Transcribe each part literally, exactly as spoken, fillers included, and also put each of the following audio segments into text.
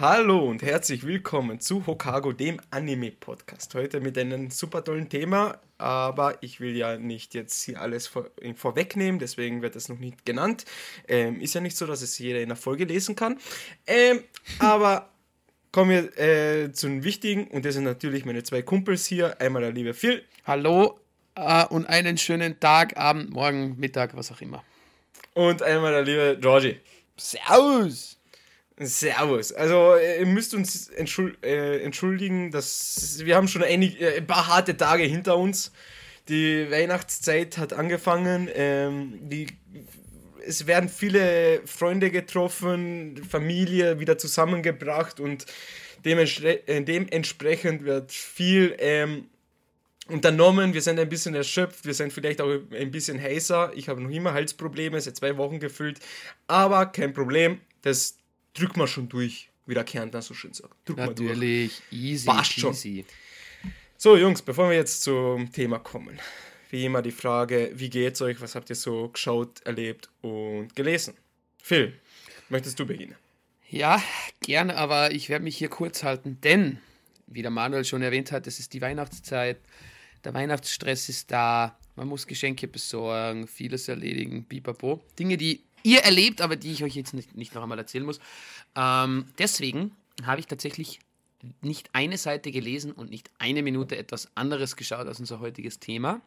Hallo und herzlich willkommen zu Hokago, dem Anime-Podcast. Heute mit einem super tollen Thema, aber ich will ja nicht jetzt hier alles vor, vorwegnehmen, deswegen wird das noch nicht genannt. Ähm, ist ja nicht so, dass es jeder in der Folge lesen kann. Ähm, aber kommen wir äh, zum Wichtigen und das sind natürlich meine zwei Kumpels hier. Einmal der liebe Phil. Hallo äh, und einen schönen Tag, Abend, Morgen, Mittag, was auch immer. Und einmal der liebe Georgie. Servus! Servus. Also ihr müsst uns entschuld, äh, entschuldigen, dass wir haben schon einig, äh, ein paar harte Tage hinter uns. Die Weihnachtszeit hat angefangen. Ähm, die, es werden viele Freunde getroffen, Familie wieder zusammengebracht und demenspre- äh, dementsprechend wird viel ähm, unternommen. Wir sind ein bisschen erschöpft, wir sind vielleicht auch ein bisschen heißer. Ich habe noch immer Halsprobleme, seit zwei Wochen gefühlt. Aber kein Problem, das drück mal schon durch, wie der Kärntner so schön sagt. Drück Natürlich, easy, Passt schon. easy. So Jungs, bevor wir jetzt zum Thema kommen, wie immer die Frage, wie geht's euch, was habt ihr so geschaut, erlebt und gelesen? Phil, möchtest du beginnen? Ja, gerne, aber ich werde mich hier kurz halten, denn, wie der Manuel schon erwähnt hat, es ist die Weihnachtszeit, der Weihnachtsstress ist da, man muss Geschenke besorgen, vieles erledigen, pipapo. Dinge, die ihr erlebt, aber die ich euch jetzt nicht, nicht noch einmal erzählen muss. Ähm, deswegen habe ich tatsächlich nicht eine Seite gelesen und nicht eine Minute etwas anderes geschaut als unser heutiges Thema.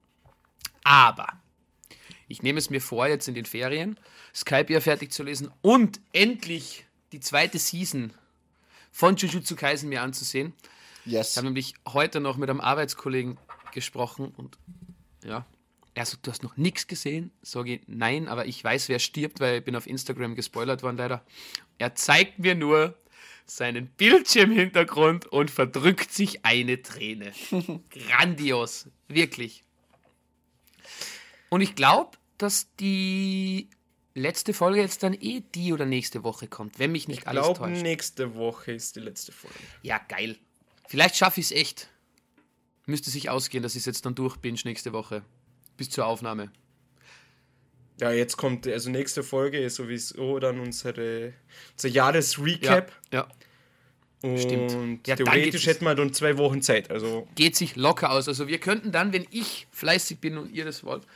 Aber ich nehme es mir vor, jetzt in den Ferien Skype ja fertig zu lesen und endlich die zweite Season von Jujutsu Kaisen mir anzusehen. Yes. Ich habe nämlich heute noch mit einem Arbeitskollegen gesprochen und ja, er sagt, du hast noch nichts gesehen? Sage ich, nein, aber ich weiß, wer stirbt, weil ich bin auf Instagram gespoilert worden leider. Er zeigt mir nur seinen Bildschirmhintergrund und verdrückt sich eine Träne. Grandios, wirklich. Und ich glaube, dass die letzte Folge jetzt dann eh die oder nächste Woche kommt, wenn mich nicht Ich alles glaube, täuscht. nächste Woche ist die letzte Folge. Ja, geil. Vielleicht schaffe ich es echt. Müsste sich ausgehen, dass ich es jetzt dann durchbinge nächste Woche. Bis zur Aufnahme. Ja, jetzt kommt, also nächste Folge ist sowieso dann unsere, unser Jahresrecap. Ja, ja. Und Stimmt. Ja, dann theoretisch geht's- hätten wir dann zwei Wochen Zeit. Also Geht sich locker aus. Also wir könnten dann, wenn ich fleißig bin und ihr das wollt,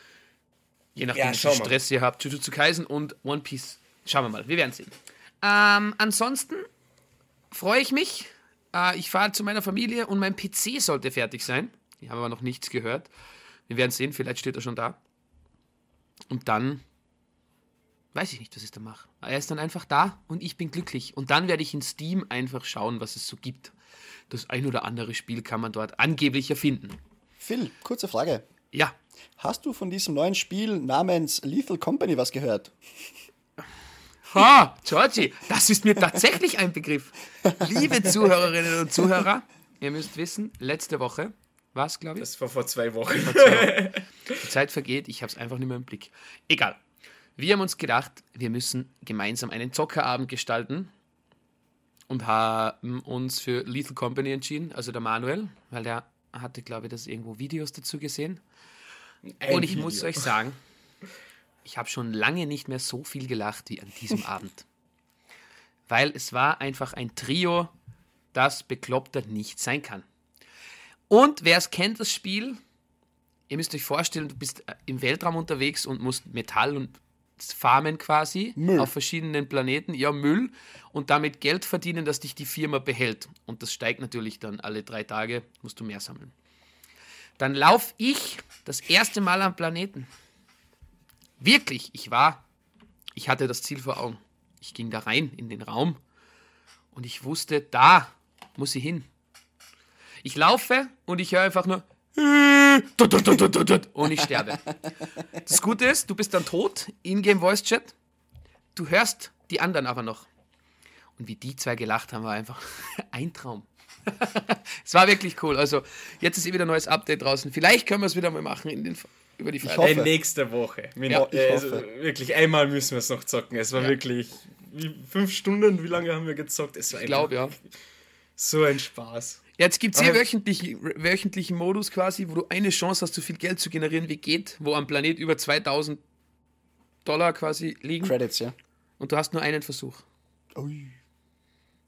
je nachdem, Ja, wie viel schauen wir Stress ihr habt, Jujutsu Kaisen und One Piece. Schauen wir mal, wir werden sehen. Ähm, ansonsten freue ich mich. Äh, ich fahre zu meiner Familie und mein P C sollte fertig sein. Ich habe aber noch nichts gehört. Wir werden sehen, vielleicht steht er schon da. Und dann weiß ich nicht, was ich da mache. Er ist dann einfach da und ich bin glücklich. Und dann werde ich in Steam einfach schauen, was es so gibt. Das ein oder andere Spiel kann man dort angeblich erfinden. Phil, kurze Frage. Ja, Hast du von diesem neuen Spiel namens Lethal Company was gehört? ha, Georgie, das ist mir tatsächlich ein Begriff. Liebe Zuhörerinnen und Zuhörer, ihr müsst wissen, letzte Woche war es, glaube ich. das war vor zwei Wochen. Die Zeit vergeht, ich habe es einfach nicht mehr im Blick. Egal. Wir haben uns gedacht, wir müssen gemeinsam einen Zockerabend gestalten und haben uns für Lethal Company entschieden, also der Manuel, weil der hatte, glaube ich, das irgendwo Videos dazu gesehen. Ein und ich Video. muss euch sagen, ich habe schon lange nicht mehr so viel gelacht wie an diesem Abend. Weil es war einfach ein Trio, das bekloppter nicht sein kann. Und wer es kennt, das Spiel, ihr müsst euch vorstellen, du bist im Weltraum unterwegs und musst Metall und farmen quasi Müll. auf verschiedenen Planeten, ja Müll, und damit Geld verdienen, dass dich die Firma behält. Und das steigt natürlich dann alle drei Tage, musst du mehr sammeln. Dann laufe ich das erste Mal am Planeten. Wirklich, ich war, ich hatte das Ziel vor Augen. Ich ging da rein in den Raum und ich wusste, da muss ich hin. Ich laufe und ich höre einfach nur und ich sterbe. Das Gute ist, du bist dann tot, in-game Voice Chat. Du hörst die anderen aber noch. Und wie die zwei gelacht haben, war einfach ein Traum. Es war wirklich cool. Also jetzt ist eh wieder ein neues Update draußen. Vielleicht können wir es wieder mal machen in den, über die Feiertage. hoffe. Äh, nächste Woche. Min- Ja, ich äh, also, hoffe. wirklich, einmal müssen wir es noch zocken. Es war Ja. wirklich wie, fünf Stunden. Wie lange haben wir gezockt? Es war Ich glaube, ja. so ein Spaß. Jetzt gibt es hier Aber- wöchentlich, wöchentlichen Modus quasi, wo du eine Chance hast, so viel Geld zu generieren wie geht, wo am Planet über zweitausend Dollar quasi liegen Credits, ja. und du hast nur einen Versuch. Ui.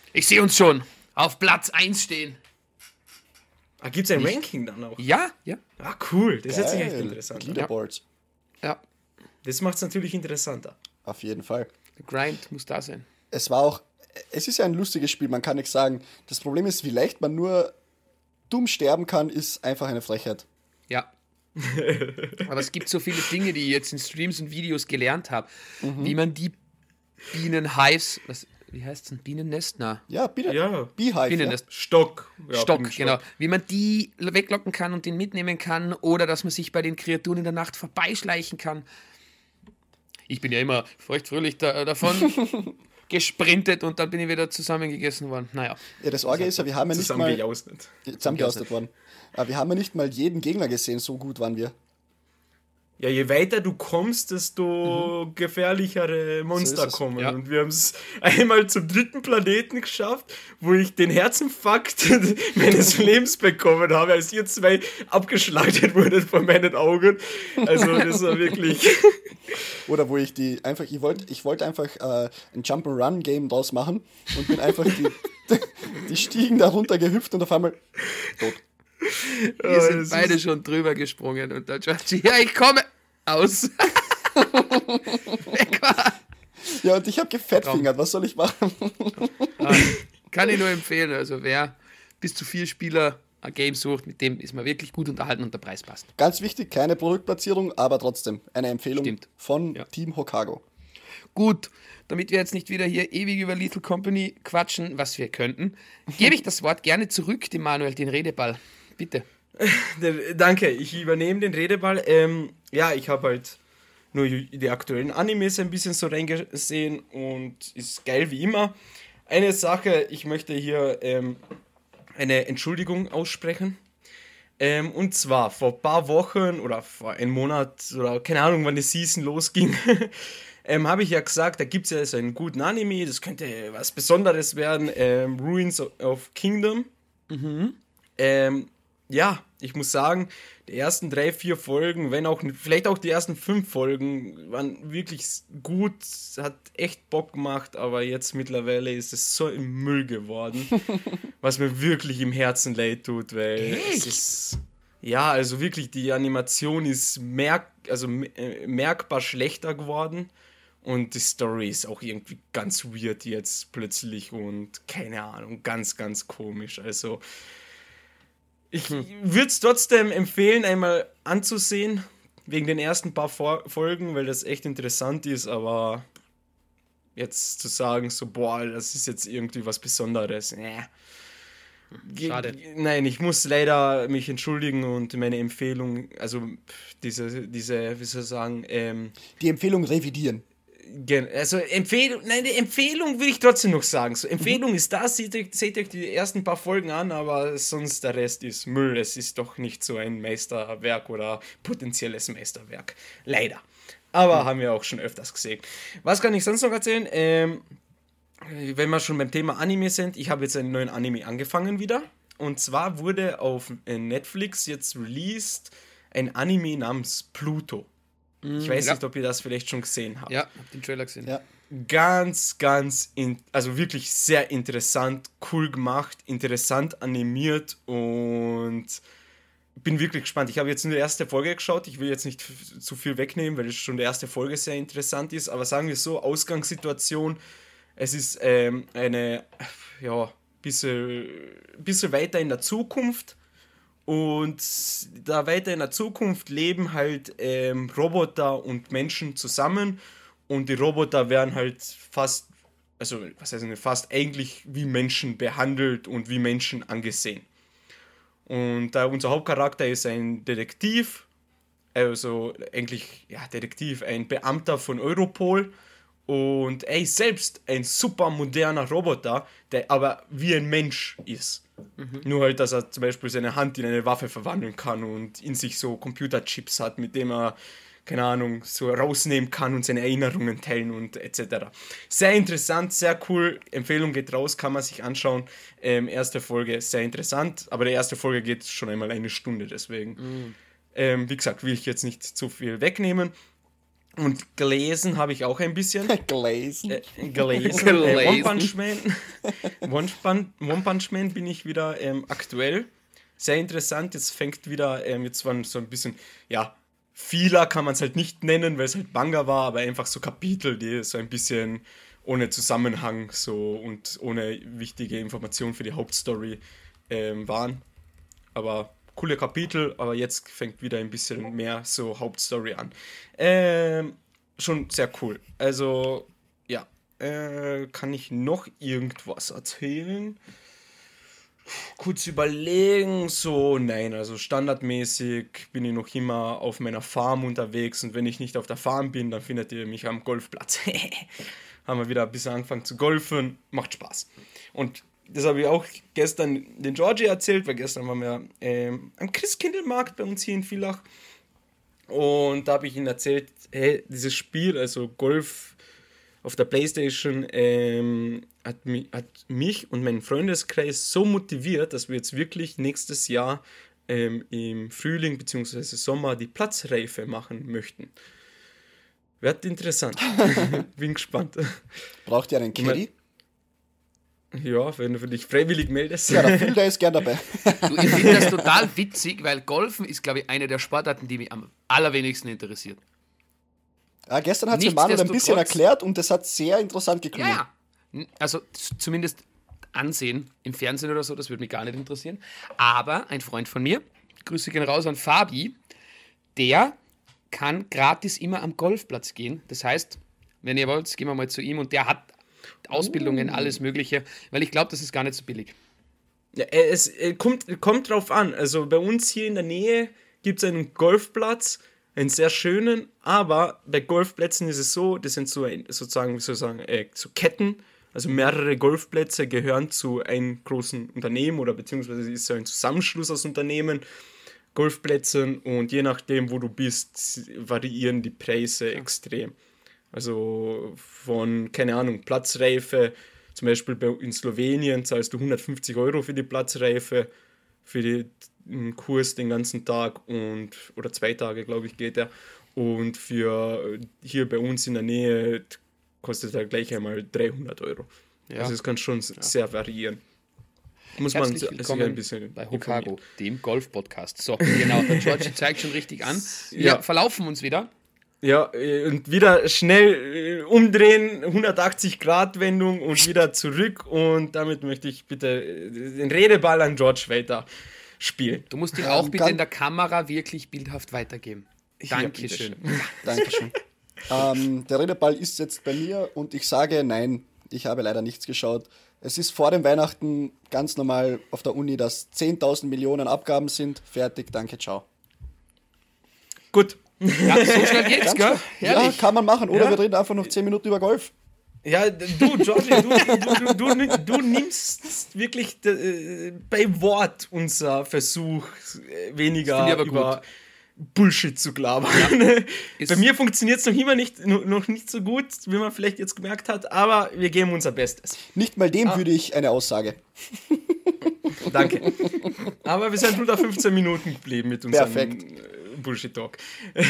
Ich sehe uns schon auf Platz eins stehen. Ah, gibt es ein Ranking dann auch? Ja, ja. Ah, cool. Das ist jetzt echt Geil. interessant. Leaderboards. Ja, Das macht es natürlich interessanter. Auf jeden Fall. der Grind muss da sein. Es war auch, es ist ja ein lustiges Spiel, man kann nichts sagen. Das Problem ist, wie leicht man nur dumm sterben kann, ist einfach eine Frechheit. Ja. Aber es gibt so viele Dinge, die ich jetzt in Streams und Videos gelernt habe, Mhm. wie man die Bienenhives, was, wie heißt es denn? Bienennest? Na, Ja, bitte. Ja. Beehive. Bienennest. Stock. Ja, Stock, Bienenstock. genau. Wie man die weglocken kann und den mitnehmen kann oder dass man sich bei den Kreaturen in der Nacht vorbeischleichen kann. Ich bin ja immer feuchtfröhlich da, davon gesprintet und dann bin ich wieder zusammengegessen worden. Naja. Ja. Ja, das Orge ist ja, wir haben ja nicht Zusammen mal gejaustet. zusammengeaustet worden. Aber wir haben ja nicht mal jeden Gegner gesehen, so gut waren wir. Ja, je weiter du kommst, desto gefährlichere Monster So ist es, kommen. ja. Und wir haben es einmal zum dritten Planeten geschafft, wo ich den Herzinfarkt meines Lebens bekommen habe, als ihr zwei abgeschlachtet wurdet vor meinen Augen. Also das war wirklich... Oder wo ich die einfach, ich wollte ich wollte einfach äh, ein Jump-and-Run-Game draus machen und bin einfach die, die Stiegen da runter gehüpft und auf einmal tot. Wir sind das beide schon drüber gesprungen und dann sagt sie, ja, ich komme aus. Weg war. Ja, und ich habe gefettfingert, was soll ich machen? Ah, kann ich nur empfehlen. Also wer bis zu vier Spieler ein Game sucht, mit dem ist man wirklich gut unterhalten und der Preis passt. Ganz wichtig, keine Produktplatzierung, aber trotzdem eine Empfehlung Stimmt. von Ja. Team Hokago. Gut, damit wir jetzt nicht wieder hier ewig über Lethal Company quatschen, was wir könnten, gebe ich das Wort gerne zurück, dem Manuel, den Redeball. Bitte. Der- Danke, ich übernehme den Redeball. Ähm, ja, ich habe halt nur die aktuellen Animes ein bisschen so reingesehen und ist geil wie immer. Eine Sache, ich möchte hier ähm, eine Entschuldigung aussprechen. Ähm, und zwar vor ein paar Wochen oder vor einem Monat oder keine Ahnung, wann die Season losging, ähm, habe ich ja gesagt, da gibt es ja so einen guten Anime, das könnte was Besonderes werden, ähm, Ruins of Kingdom. Ähm, ja, ich muss sagen, die ersten drei, vier Folgen, wenn auch, vielleicht auch die ersten fünf Folgen, waren wirklich gut, hat echt Bock gemacht, aber jetzt mittlerweile ist es so im Müll geworden, was mir wirklich im Herzen leid tut, weil es ist, ja, also wirklich, die Animation ist merk, also, äh, merkbar schlechter geworden und die Story ist auch irgendwie ganz weird jetzt plötzlich und keine Ahnung, ganz, ganz komisch, also ich würde es trotzdem empfehlen, einmal anzusehen, wegen den ersten paar Vor- Folgen, weil das echt interessant ist, aber jetzt zu sagen, so, boah, das ist jetzt irgendwie was Besonderes, nee. Ge- Schade. Nein, ich muss leider mich entschuldigen und meine Empfehlung, also pff, diese, diese, wie soll ich sagen, ähm, Die Empfehlung revidieren. Gen- Also Empfehlung, nein, die Empfehlung will ich trotzdem noch sagen. So, Empfehlung ist das, seht euch, seht euch die ersten paar Folgen an, aber sonst der Rest ist Müll. Es ist doch nicht so ein Meisterwerk oder potenzielles Meisterwerk. Leider. Aber haben wir auch schon öfters gesehen. Was kann ich sonst noch erzählen? Ähm, wenn wir schon beim Thema Anime sind, ich habe jetzt einen neuen Anime angefangen wieder. Und zwar wurde auf äh, Netflix jetzt released ein Anime namens Pluto. Ich weiß ja. nicht, ob ihr das vielleicht schon gesehen habt. Ja, hab den Trailer gesehen. Ja. Ganz, ganz, in, also wirklich sehr interessant, cool gemacht, interessant animiert und bin wirklich gespannt. Ich habe jetzt nur die erste Folge geschaut, ich will jetzt nicht f- zu viel wegnehmen, weil es schon die erste Folge sehr interessant ist, aber sagen wir so, Ausgangssituation, es ist ähm, eine, ja, bisschen, bisschen weiter in der Zukunft. Und da weiter in der Zukunft leben halt ähm, Roboter und Menschen zusammen und die Roboter werden halt fast, also was heißt denn fast, eigentlich wie Menschen behandelt und wie Menschen angesehen. Und da unser Hauptcharakter ist ein Detektiv, also eigentlich, ja, Detektiv, ein Beamter von Europol und er ist selbst ein super moderner Roboter, der aber wie ein Mensch ist. Nur halt, dass er zum Beispiel seine Hand in eine Waffe verwandeln kann und in sich so Computerchips hat, mit dem er, keine Ahnung, so rausnehmen kann und seine Erinnerungen teilen und et cetera. Sehr interessant, sehr cool. Empfehlung geht raus, kann man sich anschauen. Ähm, erste Folge sehr interessant, aber die erste Folge geht schon einmal eine Stunde, deswegen. Ähm, wie gesagt, will ich jetzt nicht zu viel wegnehmen. Und gelesen habe ich auch ein bisschen. Glazen. Äh, gelesen. Gelesen. Äh, One Punch Man. One, Punch, One Punch Man bin ich wieder ähm, aktuell. Sehr interessant. Jetzt fängt wieder, ähm, jetzt waren so ein bisschen, ja, Fehler kann man es halt nicht nennen, weil es halt Manga war, aber einfach so Kapitel, die so ein bisschen ohne Zusammenhang so und ohne wichtige Informationen für die Hauptstory ähm, waren. Aber coole Kapitel, aber jetzt fängt wieder ein bisschen mehr so Hauptstory an. Ähm, schon sehr cool. Also, ja. Äh, kann ich noch irgendwas erzählen? Kurz überlegen, so, nein, also standardmäßig bin ich noch immer auf meiner Farm unterwegs und wenn ich nicht auf der Farm bin, dann findet ihr mich am Golfplatz. Haben wir wieder ein bisschen angefangen zu golfen, macht Spaß. Und das habe ich auch gestern den Georgie erzählt, weil gestern waren wir ähm, am Christkindlmarkt bei uns hier in Villach. Und da habe ich ihm erzählt, hey, dieses Spiel, also Golf auf der Playstation, ähm, hat, mich, hat mich und meinen Freundeskreis so motiviert, dass wir jetzt wirklich nächstes Jahr ähm, im Frühling bzw. Sommer die Platzreife machen möchten. Wird interessant. Bin gespannt. Braucht ihr einen Caddy? Ja, wenn du dich freiwillig meldest. Ja, der Phil, der ist gern dabei. Du, ich finde das total witzig, weil Golfen ist, glaube ich, eine der Sportarten, die mich am allerwenigsten interessiert. Ja, gestern hat es mir Manuel ein bisschen erklärt und das hat sehr interessant geklungen. Ja, ja. Also z- zumindest ansehen im Fernsehen oder so, das würde mich gar nicht interessieren. Aber ein Freund von mir, Grüße gehen raus an Fabi, der kann gratis immer am Golfplatz gehen. Das heißt, wenn ihr wollt, gehen wir mal zu ihm und der hat Ausbildungen, alles Mögliche, weil ich glaube, das ist gar nicht so billig. Ja, es äh, kommt, kommt drauf an. Also bei uns hier in der Nähe gibt es einen Golfplatz, einen sehr schönen, aber bei Golfplätzen ist es so, das sind so ein, sozusagen, wie soll ich sagen, äh, so Ketten, also mehrere Golfplätze gehören zu einem großen Unternehmen oder beziehungsweise ist so ein Zusammenschluss aus Unternehmen, Golfplätzen und je nachdem, wo du bist, variieren die Preise ja. extrem. Also von, keine Ahnung, Platzreife, zum Beispiel bei, in Slowenien zahlst du hundertfünfzig Euro für die Platzreife, für die, den Kurs den ganzen Tag und oder zwei Tage, glaube ich, geht er. Und für hier bei uns in der Nähe kostet er gleich einmal dreihundert Euro. Ja. Also es kann schon ja. sehr variieren. Muss Herzlich man willkommen sich ein bisschen bei Hokago, dem Golf-Podcast. So, genau, der George zeigt schon richtig an. Wir ja. verlaufen uns wieder. Ja, und wieder schnell umdrehen, hundertachtzig Grad Wendung und wieder zurück. Und damit möchte ich bitte den Redeball an George weiter spielen. Du musst ihn auch ähm, bitte in der Kamera wirklich bildhaft weitergeben. Dankeschön. Ja, Dankeschön. ähm, der Redeball ist jetzt bei mir und ich sage nein, ich habe leider nichts geschaut. Es ist vor dem Weihnachten ganz normal auf der Uni, dass zehntausend Millionen Abgaben sind. Fertig, danke, ciao. Gut. Ja, so schnell geht's, gell? Ja, kann man machen. Oder ja. wir reden einfach noch zehn Minuten über Golf. Ja, du, Georgie, du, du, du, du, du nimmst wirklich äh, bei Wort unser Versuch, äh, weniger über gut. Bullshit zu labern. Ja. Bei mir funktioniert es noch immer nicht, noch nicht so gut, wie man vielleicht jetzt gemerkt hat, aber wir geben unser Bestes. Nicht mal dem ah. würde ich eine Aussage. Danke. Aber wir sind unter fünfzehn Minuten geblieben mit unserem Perfekt. Bullshit-Talk.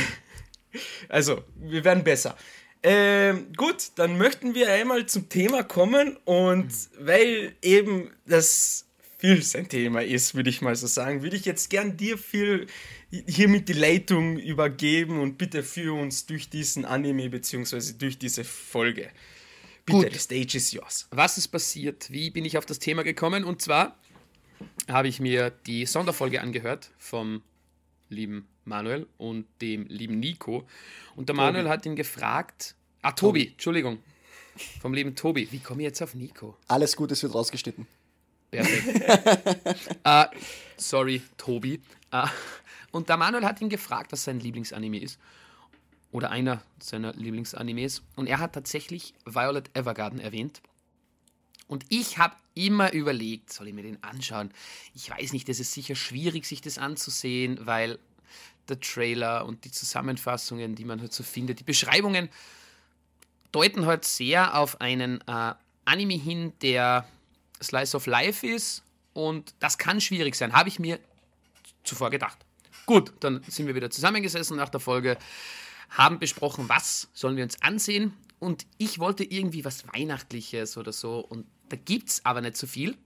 Also, wir werden besser. Ähm, gut, dann möchten wir einmal zum Thema kommen und weil eben das viel sein Thema ist, würde ich mal so sagen, würde ich jetzt gern dir viel hiermit die Leitung übergeben und bitte führe uns durch diesen Anime bzw. durch diese Folge. Bitte, Gut. The stage is yours. Was ist passiert? Wie bin ich auf das Thema gekommen? Und zwar habe ich mir die Sonderfolge angehört vom lieben Manuel und dem lieben Nico. Und der Tobi. Manuel hat ihn gefragt, ah, Tobi, Tobi. Entschuldigung, vom lieben Tobi. Wie komme ich jetzt auf Nico? Alles Gute, es wird rausgeschnitten. Perfekt. uh, sorry, Tobi. Uh, und der Manuel hat ihn gefragt, was sein Lieblingsanime ist. Oder einer seiner Lieblingsanimes. Und er hat tatsächlich Violet Evergarden erwähnt. Und ich habe immer überlegt, soll ich mir den anschauen? Ich weiß nicht, es ist sicher schwierig, sich das anzusehen, weil der Trailer und die Zusammenfassungen, die man halt so findet, die Beschreibungen deuten halt sehr auf einen äh, Anime hin, der Slice of Life ist. Und das kann schwierig sein, habe ich mir zuvor gedacht. Gut, dann sind wir wieder zusammengesessen nach der Folge, haben besprochen, was sollen wir uns ansehen. Und ich wollte irgendwie was Weihnachtliches oder so. Und da gibt es aber nicht so viel.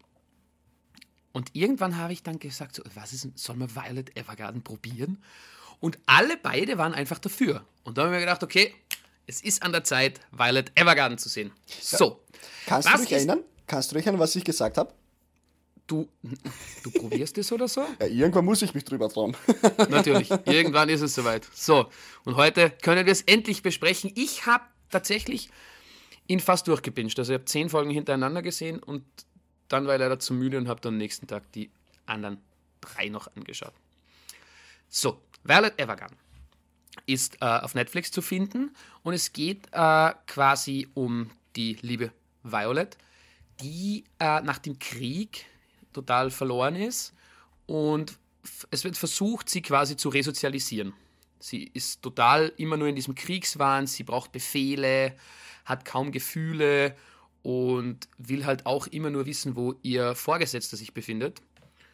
Und irgendwann habe ich dann gesagt, so, was ist denn, sollen wir Violet Evergarden probieren? Und alle beide waren einfach dafür. Und da haben wir gedacht, okay, es ist an der Zeit, Violet Evergarden zu sehen. So. Kannst du dich erinnern? Kannst du dich erinnern, was ich gesagt habe? Du, du probierst es oder so? Ja, irgendwann muss ich mich drüber trauen. Natürlich, irgendwann ist es soweit. So, und heute können wir es endlich besprechen. Ich habe tatsächlich ihn fast durchgebinged. Also ich habe zehn Folgen hintereinander gesehen und dann war ich leider zu müde und habe dann am nächsten Tag die anderen drei noch angeschaut. So, Violet Evergarden ist äh, auf Netflix zu finden und es geht äh, quasi um die liebe Violet, die äh, nach dem Krieg total verloren ist und f- es wird versucht, sie quasi zu resozialisieren. Sie ist total immer nur in diesem Kriegswahn, sie braucht Befehle, hat kaum Gefühle und will halt auch immer nur wissen, wo ihr Vorgesetzter sich befindet.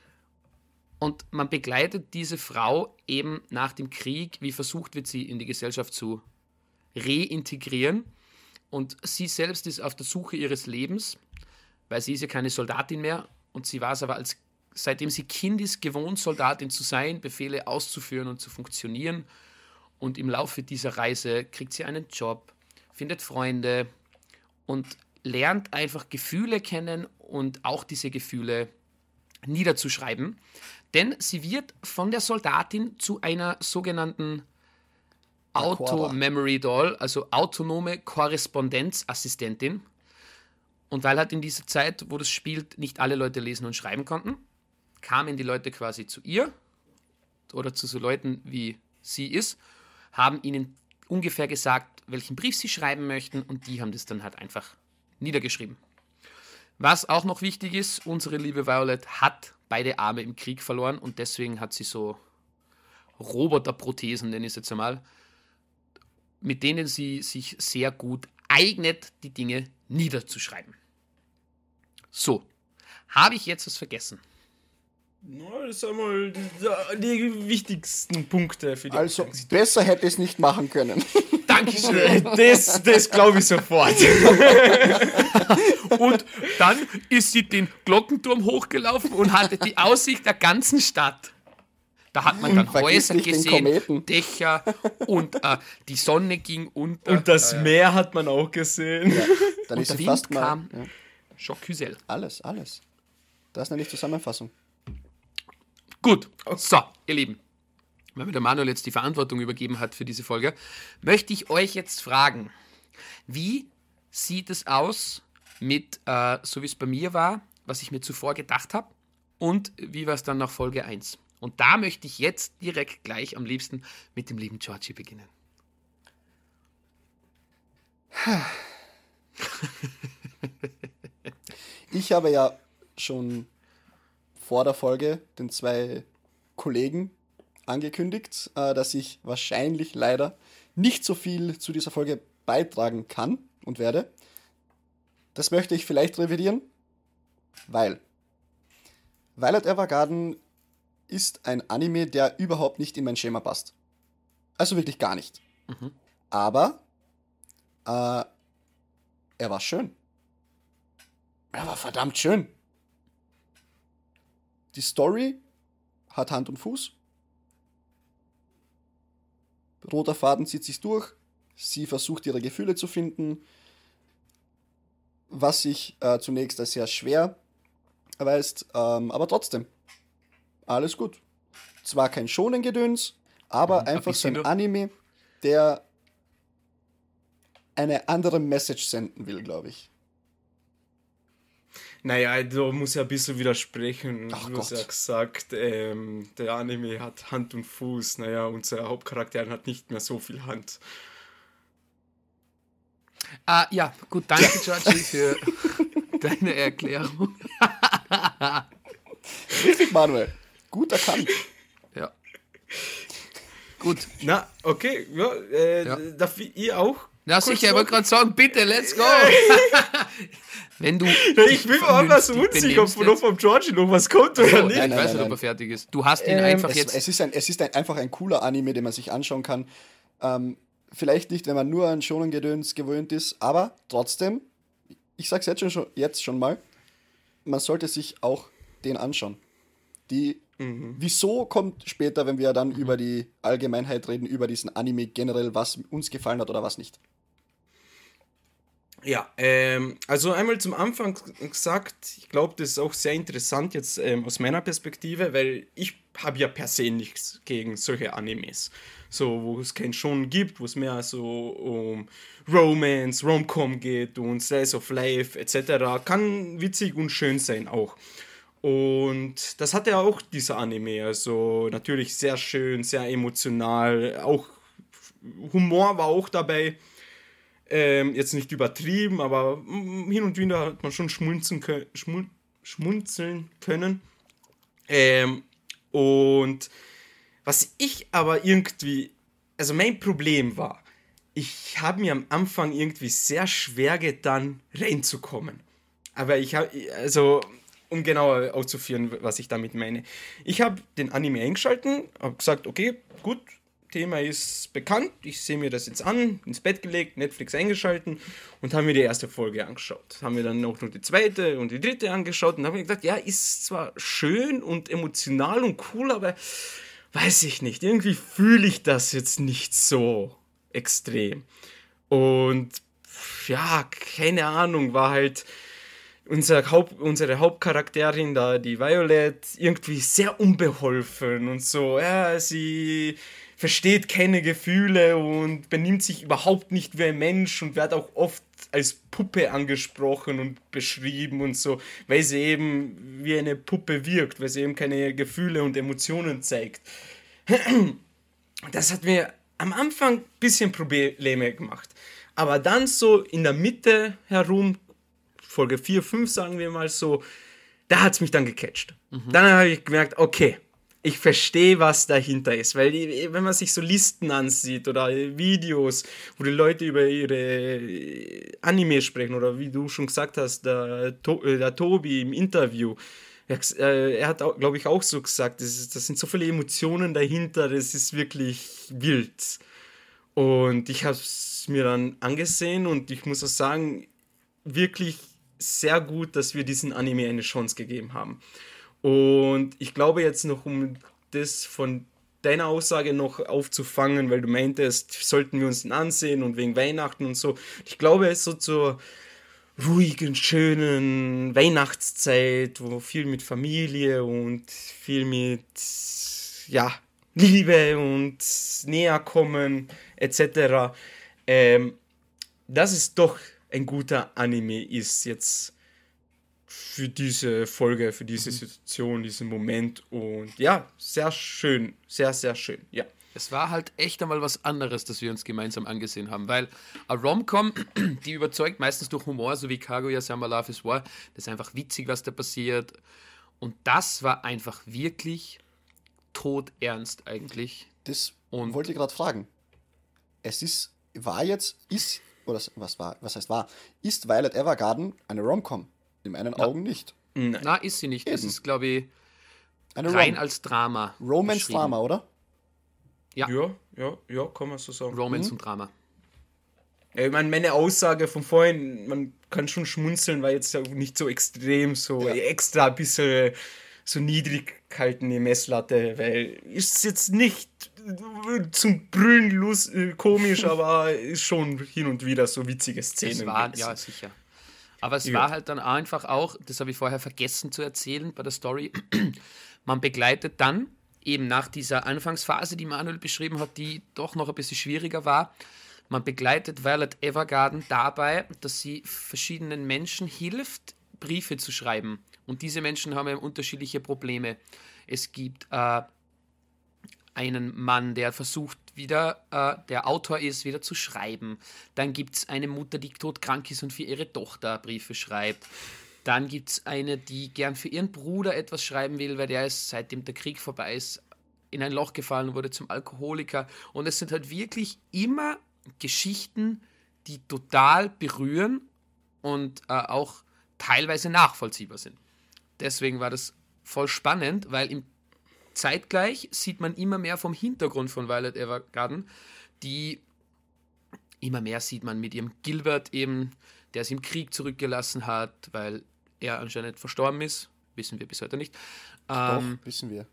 Und man begleitet diese Frau eben nach dem Krieg, wie versucht wird, sie in die Gesellschaft zu reintegrieren. Und sie selbst ist auf der Suche ihres Lebens, weil sie ist ja keine Soldatin mehr. Und sie war es aber, als, seitdem sie Kind ist, gewohnt, Soldatin zu sein, Befehle auszuführen und zu funktionieren. Und im Laufe dieser Reise kriegt sie einen Job, findet Freunde und lernt einfach Gefühle kennen und auch diese Gefühle niederzuschreiben. Denn sie wird von der Soldatin zu einer sogenannten Auto-Memory Doll, also autonome Korrespondenzassistentin. Und weil halt in dieser Zeit, wo das spielt, nicht alle Leute lesen und schreiben konnten, kamen die Leute quasi zu ihr oder zu so Leuten, wie sie ist, haben ihnen ungefähr gesagt, welchen Brief sie schreiben möchten und die haben das dann halt einfach niedergeschrieben. Was auch noch wichtig ist, unsere liebe Violet hat beide Arme im Krieg verloren und deswegen hat sie so Roboterprothesen, nenne ich es jetzt einmal, mit denen sie sich sehr gut eignet, die Dinge niederzuschreiben. So, habe ich jetzt was vergessen? Na, das sind mal die, die wichtigsten Punkte für die Also, Ausgangssituation. besser hätte ich es nicht machen können. Dankeschön. Das, das glaube ich sofort. Und dann ist sie den Glockenturm hochgelaufen und hatte die Aussicht der ganzen Stadt. Da hat man dann Vergiss Häuser nicht den gesehen, Kometen. Dächer und äh, die Sonne ging unter. Und das äh, Meer hat man auch gesehen. Ja, dann Und ist der sie Wind fast mal. kam. Ja, Jacques Husel. alles, alles. Das ist nämlich Zusammenfassung. Gut, so, ihr Lieben, weil mir der Manuel jetzt die Verantwortung übergeben hat für diese Folge, möchte ich euch jetzt fragen, wie sieht es aus mit, äh, so wie es bei mir war, was ich mir zuvor gedacht habe und wie war es dann nach Folge eins? Und da möchte ich jetzt direkt gleich am liebsten mit dem lieben Georgie beginnen. Ich habe ja schon vor der Folge den zwei Kollegen angekündigt, äh, dass ich wahrscheinlich leider nicht so viel zu dieser Folge beitragen kann und werde. Das möchte ich vielleicht revidieren, weil Violet Evergarden ist ein Anime, der überhaupt nicht in mein Schema passt. Also wirklich gar nicht. Mhm. Aber äh, er war schön. Er war verdammt schön. Die Story hat Hand und Fuß. Roter Faden zieht sich durch. Sie versucht, ihre Gefühle zu finden, was sich äh, zunächst als sehr schwer erweist, ähm, aber trotzdem, alles gut. Zwar kein Shonen-Gedöns, aber Mhm, einfach ein so ein bisschen Anime, der eine andere Message senden will, glaube ich. Naja, da muss ich ein bisschen widersprechen. Ach Du hast Gott. ja gesagt, ähm, der Anime hat Hand und Fuß. Naja, unser Hauptcharakter hat nicht mehr so viel Hand. Ah, ja, gut, danke Georgie für deine Erklärung. Richtig, Manuel. Gut erkannt. Ja. Gut. Na, okay, ja, äh, Ja. darf ich ihr auch? Na kurz sicher, ich wollte noch- gerade sagen, bitte, let's go. Wenn du. Ja, ich bin mir auch was vernünftig unsicher, ob benimmst noch jetzt- vom Georgie noch was kommt oder Oh, nicht. nein, Nein, ich nein, weiß nicht, nein, ob er nein. fertig ist. Du hast ihn Ähm, einfach Es, jetzt. es ist, ein, es ist ein, einfach ein cooler Anime, den man sich anschauen kann. Ähm, Vielleicht nicht, wenn man nur an Shonen-Gedöns gewöhnt ist, aber trotzdem, ich sag's jetzt schon, jetzt schon mal, man sollte sich auch den anschauen. Die, mhm. Wieso kommt später, wenn wir dann mhm. über die Allgemeinheit reden, über diesen Anime generell, was uns gefallen hat oder was nicht. Ja, ähm, also einmal zum Anfang gesagt, ich glaube, das ist auch sehr interessant jetzt ähm, aus meiner Perspektive, weil ich habe ja per se nichts gegen solche Animes. So, wo es kein Shonen gibt, wo es mehr so um Romance, Rom-Com geht und Slice of Life et cetera. Kann witzig und schön sein auch. Und das hatte ja auch dieser Anime, also natürlich sehr schön, sehr emotional, auch Humor war auch dabei. Ähm, jetzt nicht übertrieben, aber hin und wieder hat man schon schmunzeln können. Schmul- schmunzeln können. Ähm, und was ich aber irgendwie, also mein Problem war, ich habe mir am Anfang irgendwie sehr schwer getan, reinzukommen. Aber ich habe, also, um genauer auszuführen, was ich damit meine. Ich habe den Anime eingeschalten, habe gesagt, okay, gut, Thema ist bekannt, ich sehe mir das jetzt an, ins Bett gelegt, Netflix eingeschalten und haben mir die erste Folge angeschaut. Haben mir dann auch noch die zweite und die dritte angeschaut und haben mir gedacht, ja, ist zwar schön und emotional und cool, aber weiß ich nicht, irgendwie fühle ich das jetzt nicht so extrem. Und ja, keine Ahnung, war halt unser Haupt, unsere Hauptcharakterin da, die Violet, irgendwie sehr unbeholfen und so, ja, sie versteht keine Gefühle und benimmt sich überhaupt nicht wie ein Mensch und wird auch oft als Puppe angesprochen und beschrieben und so, weil sie eben wie eine Puppe wirkt, weil sie eben keine Gefühle und Emotionen zeigt. Das hat mir am Anfang ein bisschen Probleme gemacht. Aber dann so in der Mitte herum, Folge vier, fünf sagen wir mal so, da hat es mich dann gecatcht. Mhm. Dann habe ich gemerkt, okay, ich verstehe, was dahinter ist, weil die, wenn man sich so Listen ansieht oder Videos, wo die Leute über ihre Anime sprechen oder wie du schon gesagt hast, der, to- der Tobi im Interview, er, er hat, glaube ich, auch so gesagt, das, ist, das sind so viele Emotionen dahinter, das ist wirklich wild. Und ich habe es mir dann angesehen und ich muss auch sagen, wirklich sehr gut, dass wir diesen Anime eine Chance gegeben haben. Und ich glaube jetzt noch, um das von deiner Aussage noch aufzufangen, weil du meintest, sollten wir uns den ansehen und wegen Weihnachten und so. Ich glaube, so zur ruhigen, schönen Weihnachtszeit, wo viel mit Familie und viel mit, ja, Liebe und Näherkommen et cetera. Ähm, dass es doch ein guter Anime ist jetzt für diese Folge, für diese Situation, diesen Moment und ja, sehr schön, sehr, sehr schön, ja. Es war halt echt einmal was anderes, das wir uns gemeinsam angesehen haben, weil eine Rom-Com, die überzeugt meistens durch Humor, so wie Kaguya-sama Love is War, das ist einfach witzig, was da passiert und das war einfach wirklich todernst eigentlich. Das und wollte ich gerade fragen. Es ist, war jetzt, ist, oder was war, was heißt war, ist Violet Evergarden eine Rom-Com? In meinen Na. Augen nicht. Nein. Na, ist sie nicht. Eben. Das ist, glaube ich, eine rein Rom- als Drama. Romance-Drama, oder? Ja. ja, ja, ja, kann man so sagen. Romance mhm. und Drama. Ja, ich meine, meine Aussage von vorhin, man kann schon schmunzeln, weil jetzt ja nicht so extrem, so ja. extra ein bisschen so niedrig halten die Messlatte, weil ist jetzt nicht zum Brüllen lust, komisch, aber ist schon hin und wieder so witzige Szenen. Es war, ja, sicher. Aber es ja. war halt dann einfach auch, das habe ich vorher vergessen zu erzählen bei der Story, man begleitet dann eben nach dieser Anfangsphase, die Manuel beschrieben hat, die doch noch ein bisschen schwieriger war, man begleitet Violet Evergarden dabei, dass sie verschiedenen Menschen hilft, Briefe zu schreiben. Und diese Menschen haben eben unterschiedliche Probleme. Es gibt äh, einen Mann, der versucht wieder, äh, der Autor ist, wieder zu schreiben. Dann gibt es eine Mutter, die todkrank ist und für ihre Tochter Briefe schreibt. Dann gibt es eine, die gern für ihren Bruder etwas schreiben will, weil der ist, seitdem der Krieg vorbei ist, in ein Loch gefallen, wurde zum Alkoholiker. Und es sind halt wirklich immer Geschichten, die total berühren und äh, auch teilweise nachvollziehbar sind. Deswegen war das voll spannend, weil im zeitgleich sieht man immer mehr vom Hintergrund von Violet Evergarden, die immer mehr sieht man mit ihrem Gilbert eben, der sie im Krieg zurückgelassen hat, weil er anscheinend verstorben ist. Wissen wir bis heute nicht. Ähm, Doch, wissen wir.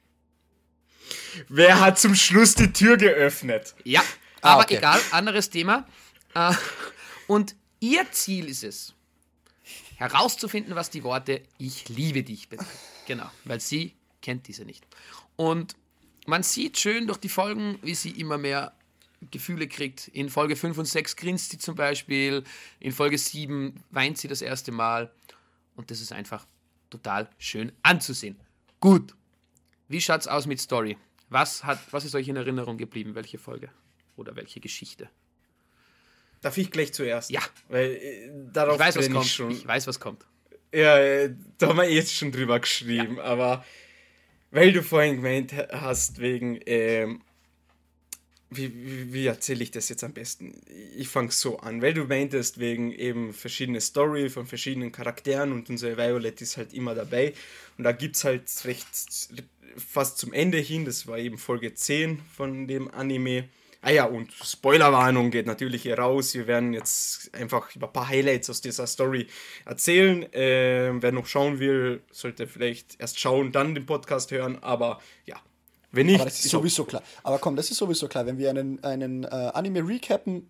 Wer hat zum Schluss die Tür geöffnet? Ja, Ah, aber okay. egal, anderes Thema. Äh, und ihr Ziel ist es, herauszufinden, was die Worte "Ich liebe dich" bedeuten. Genau, weil sie kennt diese nicht. Und man sieht schön durch die Folgen, wie sie immer mehr Gefühle kriegt. In Folge fünf und sechs grinst sie zum Beispiel, in Folge sieben weint sie das erste Mal. Und das ist einfach total schön anzusehen. Gut, wie schaut's aus mit Story? Was, hat, was ist euch in Erinnerung geblieben? Welche Folge? Oder welche Geschichte? Darf ich gleich zuerst? Ja. Weil äh, darauf Ich weiß, was brenne kommt. ich schon. Ich weiß, was kommt. Ja, äh, da haben wir jetzt schon drüber geschrieben, aber weil du vorhin gemeint hast, wegen, ähm, wie, wie, wie erzähle ich das jetzt am besten? Ich fange so an, weil du meintest, wegen eben verschiedene Story von verschiedenen Charakteren und unsere Violet ist halt immer dabei und da gibt es halt recht fast zum Ende hin, das war eben Folge zehn von dem Anime. Ah ja, und Spoilerwarnung geht natürlich hier raus. Wir werden jetzt einfach über ein paar Highlights aus dieser Story erzählen. Ähm, wer noch schauen will, sollte vielleicht erst schauen, dann den Podcast hören. Aber ja, wenn nicht... Aber das ist sowieso klar. Aber komm, das ist sowieso klar. Wenn wir einen, einen äh, Anime recappen,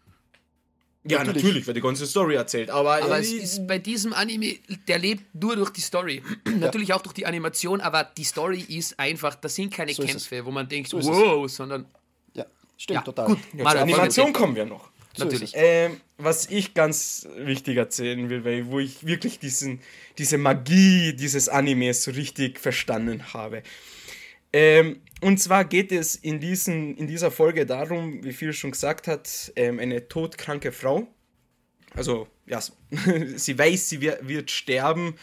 ja, natürlich. natürlich, wird die ganze Story erzählt. Aber, Aber äh, es ist bei diesem Anime, der lebt nur durch die Story. Natürlich auch durch die Animation, aber die Story ist einfach, das sind keine So ist Kämpfe, wo man denkt, So ist wow, sondern ja, stimmt ja, total. gut. ja, Mal zur Folge Animation zehn. kommen wir noch. So ist Natürlich. es. Ähm, was ich ganz wichtig erzählen will, weil wo ich wirklich diesen, diese Magie dieses Animes so richtig verstanden habe. Ähm, und zwar geht es in, diesen, in dieser Folge darum, wie viel schon gesagt hat, ähm, eine todkranke Frau. Also, ja, sie weiß, sie wird, wird sterben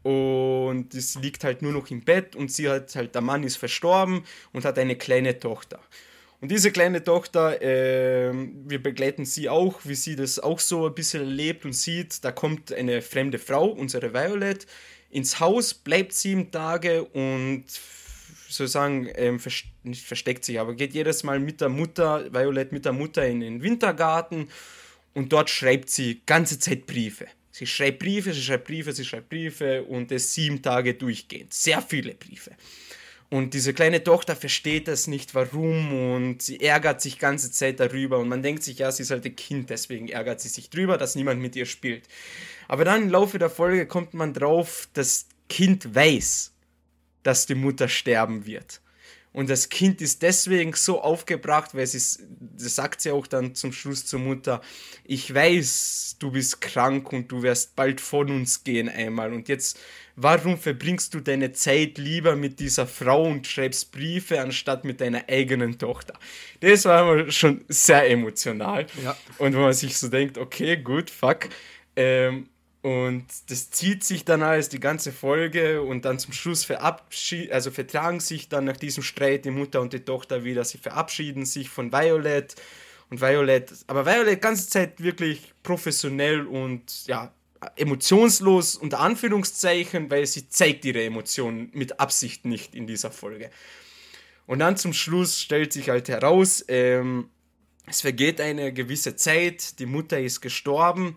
und es liegt halt nur noch im Bett und sie hat halt, der Mann ist verstorben und hat eine kleine Tochter. Und diese kleine Tochter, äh, wir begleiten sie auch, wie sie das auch so ein bisschen erlebt und sieht. Da kommt eine fremde Frau, unsere Violet, ins Haus, bleibt sieben Tage und sozusagen ähm, vers- nicht versteckt sich, aber geht jedes Mal mit der Mutter, Violet mit der Mutter in den Wintergarten und dort schreibt sie ganze Zeit Briefe. Sie schreibt Briefe, sie schreibt Briefe, sie schreibt Briefe und das sieben Tage durchgehend. Sehr viele Briefe. Und diese kleine Tochter versteht das nicht, warum, und sie ärgert sich ganze Zeit darüber. Und man denkt sich, ja, sie ist halt ein Kind, deswegen ärgert sie sich drüber, dass niemand mit ihr spielt. Aber dann im Laufe der Folge kommt man drauf, das Kind weiß, dass die Mutter sterben wird. Und das Kind ist deswegen so aufgebracht, weil sie, das sagt sie auch dann zum Schluss zur Mutter, ich weiß, du bist krank und du wirst bald von uns gehen einmal. Und jetzt, warum verbringst du deine Zeit lieber mit dieser Frau und schreibst Briefe, anstatt mit deiner eigenen Tochter? Das war schon sehr emotional. Ja. Und wo man sich so denkt, okay, gut, fuck. Ähm, Und das zieht sich dann alles die ganze Folge und dann zum Schluss verabschied- also vertragen sich dann nach diesem Streit die Mutter und die Tochter wieder. Sie verabschieden sich von Violet und Violet, aber Violet die ganze Zeit wirklich professionell und ja, emotionslos unter Anführungszeichen, weil sie zeigt ihre Emotionen mit Absicht nicht in dieser Folge. Und dann zum Schluss stellt sich halt heraus, ähm, es vergeht eine gewisse Zeit, die Mutter ist gestorben.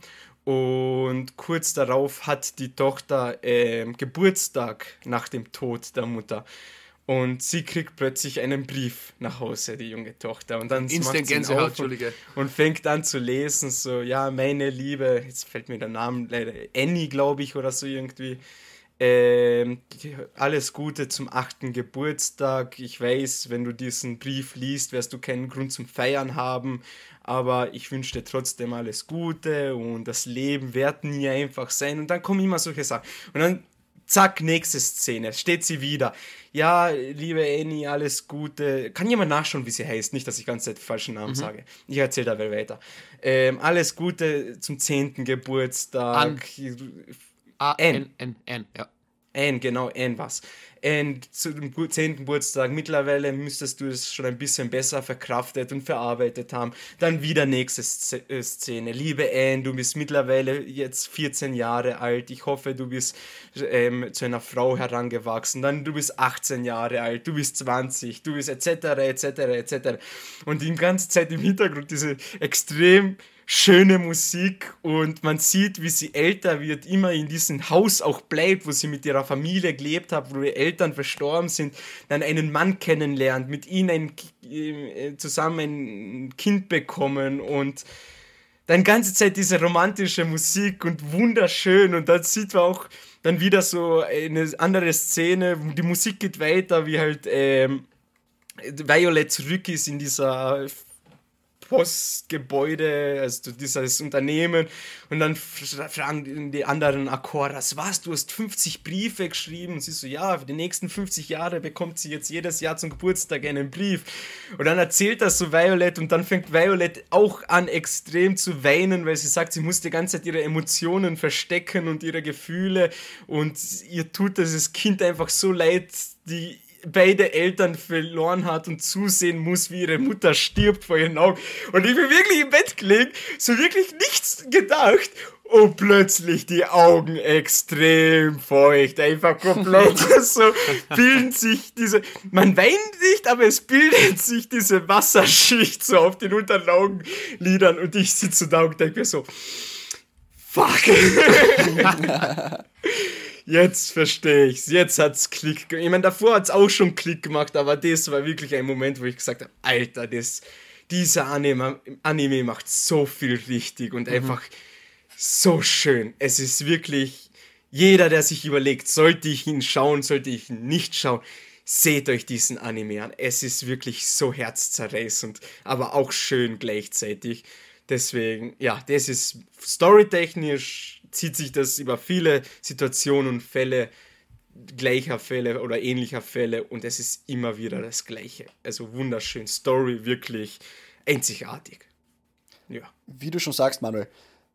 Und kurz darauf hat die Tochter äh, Geburtstag nach dem Tod der Mutter. Und sie kriegt plötzlich einen Brief nach Hause, die junge Tochter. Und dann Instant macht sie ihn Gänsehaut, auf und, Entschuldige. und fängt an zu lesen, so, ja, meine Liebe, jetzt fällt mir der Name leider, Annie, glaube ich, oder so irgendwie. Ähm, alles Gute zum achten Geburtstag. Ich weiß, wenn du diesen Brief liest, wirst du keinen Grund zum Feiern haben, aber ich wünsche dir trotzdem alles Gute und das Leben wird nie einfach sein. Und dann kommen immer solche Sachen. Und dann, zack, nächste Szene, steht sie wieder. Ja, liebe Annie, alles Gute. Kann jemand nachschauen, wie sie heißt? Nicht, dass ich die ganze Zeit den falschen Namen mhm. sage. Ich erzähle dabei weiter. Ähm, alles Gute zum zehnten Geburtstag. An. A N N N, ja. Anne, genau, Anne war's. Anne zu dem zehnten Geburtstag, mittlerweile müsstest du es schon ein bisschen besser verkraftet und verarbeitet haben. Dann wieder nächste Sz- äh, Szene. Liebe Anne, du bist mittlerweile jetzt vierzehn Jahre alt. Ich hoffe, du bist ähm, zu einer Frau herangewachsen. Dann du bist achtzehn Jahre alt, du bist zwanzig, du bist et cetera et cetera et cetera. Und die ganze Zeit im Hintergrund diese extrem schöne Musik und man sieht, wie sie älter wird, immer in diesem Haus auch bleibt, wo sie mit ihrer Familie gelebt hat, wo ihre Eltern verstorben sind, dann einen Mann kennenlernt, mit ihnen ein, äh, zusammen ein Kind bekommen und dann ganze Zeit diese romantische Musik und wunderschön und dann sieht man auch dann wieder so eine andere Szene, die Musik geht weiter, wie halt ähm, Violet zurück ist in dieser Postgebäude, also dieses Unternehmen und dann fragen die anderen Akoras, was, du hast fünfzig Briefe geschrieben und sie so, ja, für die nächsten fünfzig Jahre bekommt sie jetzt jedes Jahr zum Geburtstag einen Brief und dann erzählt das so Violet und dann fängt Violet auch an extrem zu weinen, weil sie sagt, sie muss die ganze Zeit ihre Emotionen verstecken und ihre Gefühle und ihr tut dieses Kind einfach so leid, die beide Eltern verloren hat und zusehen muss, wie ihre Mutter stirbt vor ihren Augen. Und ich bin wirklich im Bett gelegen, so wirklich nichts gedacht und plötzlich die Augen extrem feucht, einfach komplett so bilden sich diese, man weint nicht, aber es bildet sich diese Wasserschicht so auf den unteren Augenlidern und ich sitze da und denke mir so, fuck. Jetzt verstehe ich's, jetzt hat's Klick gemacht. Ich meine, davor hat's auch schon Klick gemacht, aber das war wirklich ein Moment, wo ich gesagt habe, Alter, das, dieser Anime, Anime macht so viel richtig und mhm. einfach so schön. Es ist wirklich, jeder, der sich überlegt, sollte ich ihn schauen, sollte ich ihn nicht schauen, seht euch diesen Anime an. Es ist wirklich so herzzerreißend, aber auch schön gleichzeitig. Deswegen, ja, das ist storytechnisch, zieht sich das über viele Situationen und Fälle, gleicher Fälle oder ähnlicher Fälle und es ist immer wieder das Gleiche. Also wunderschön, Story wirklich einzigartig. Ja. Wie du schon sagst, Manuel,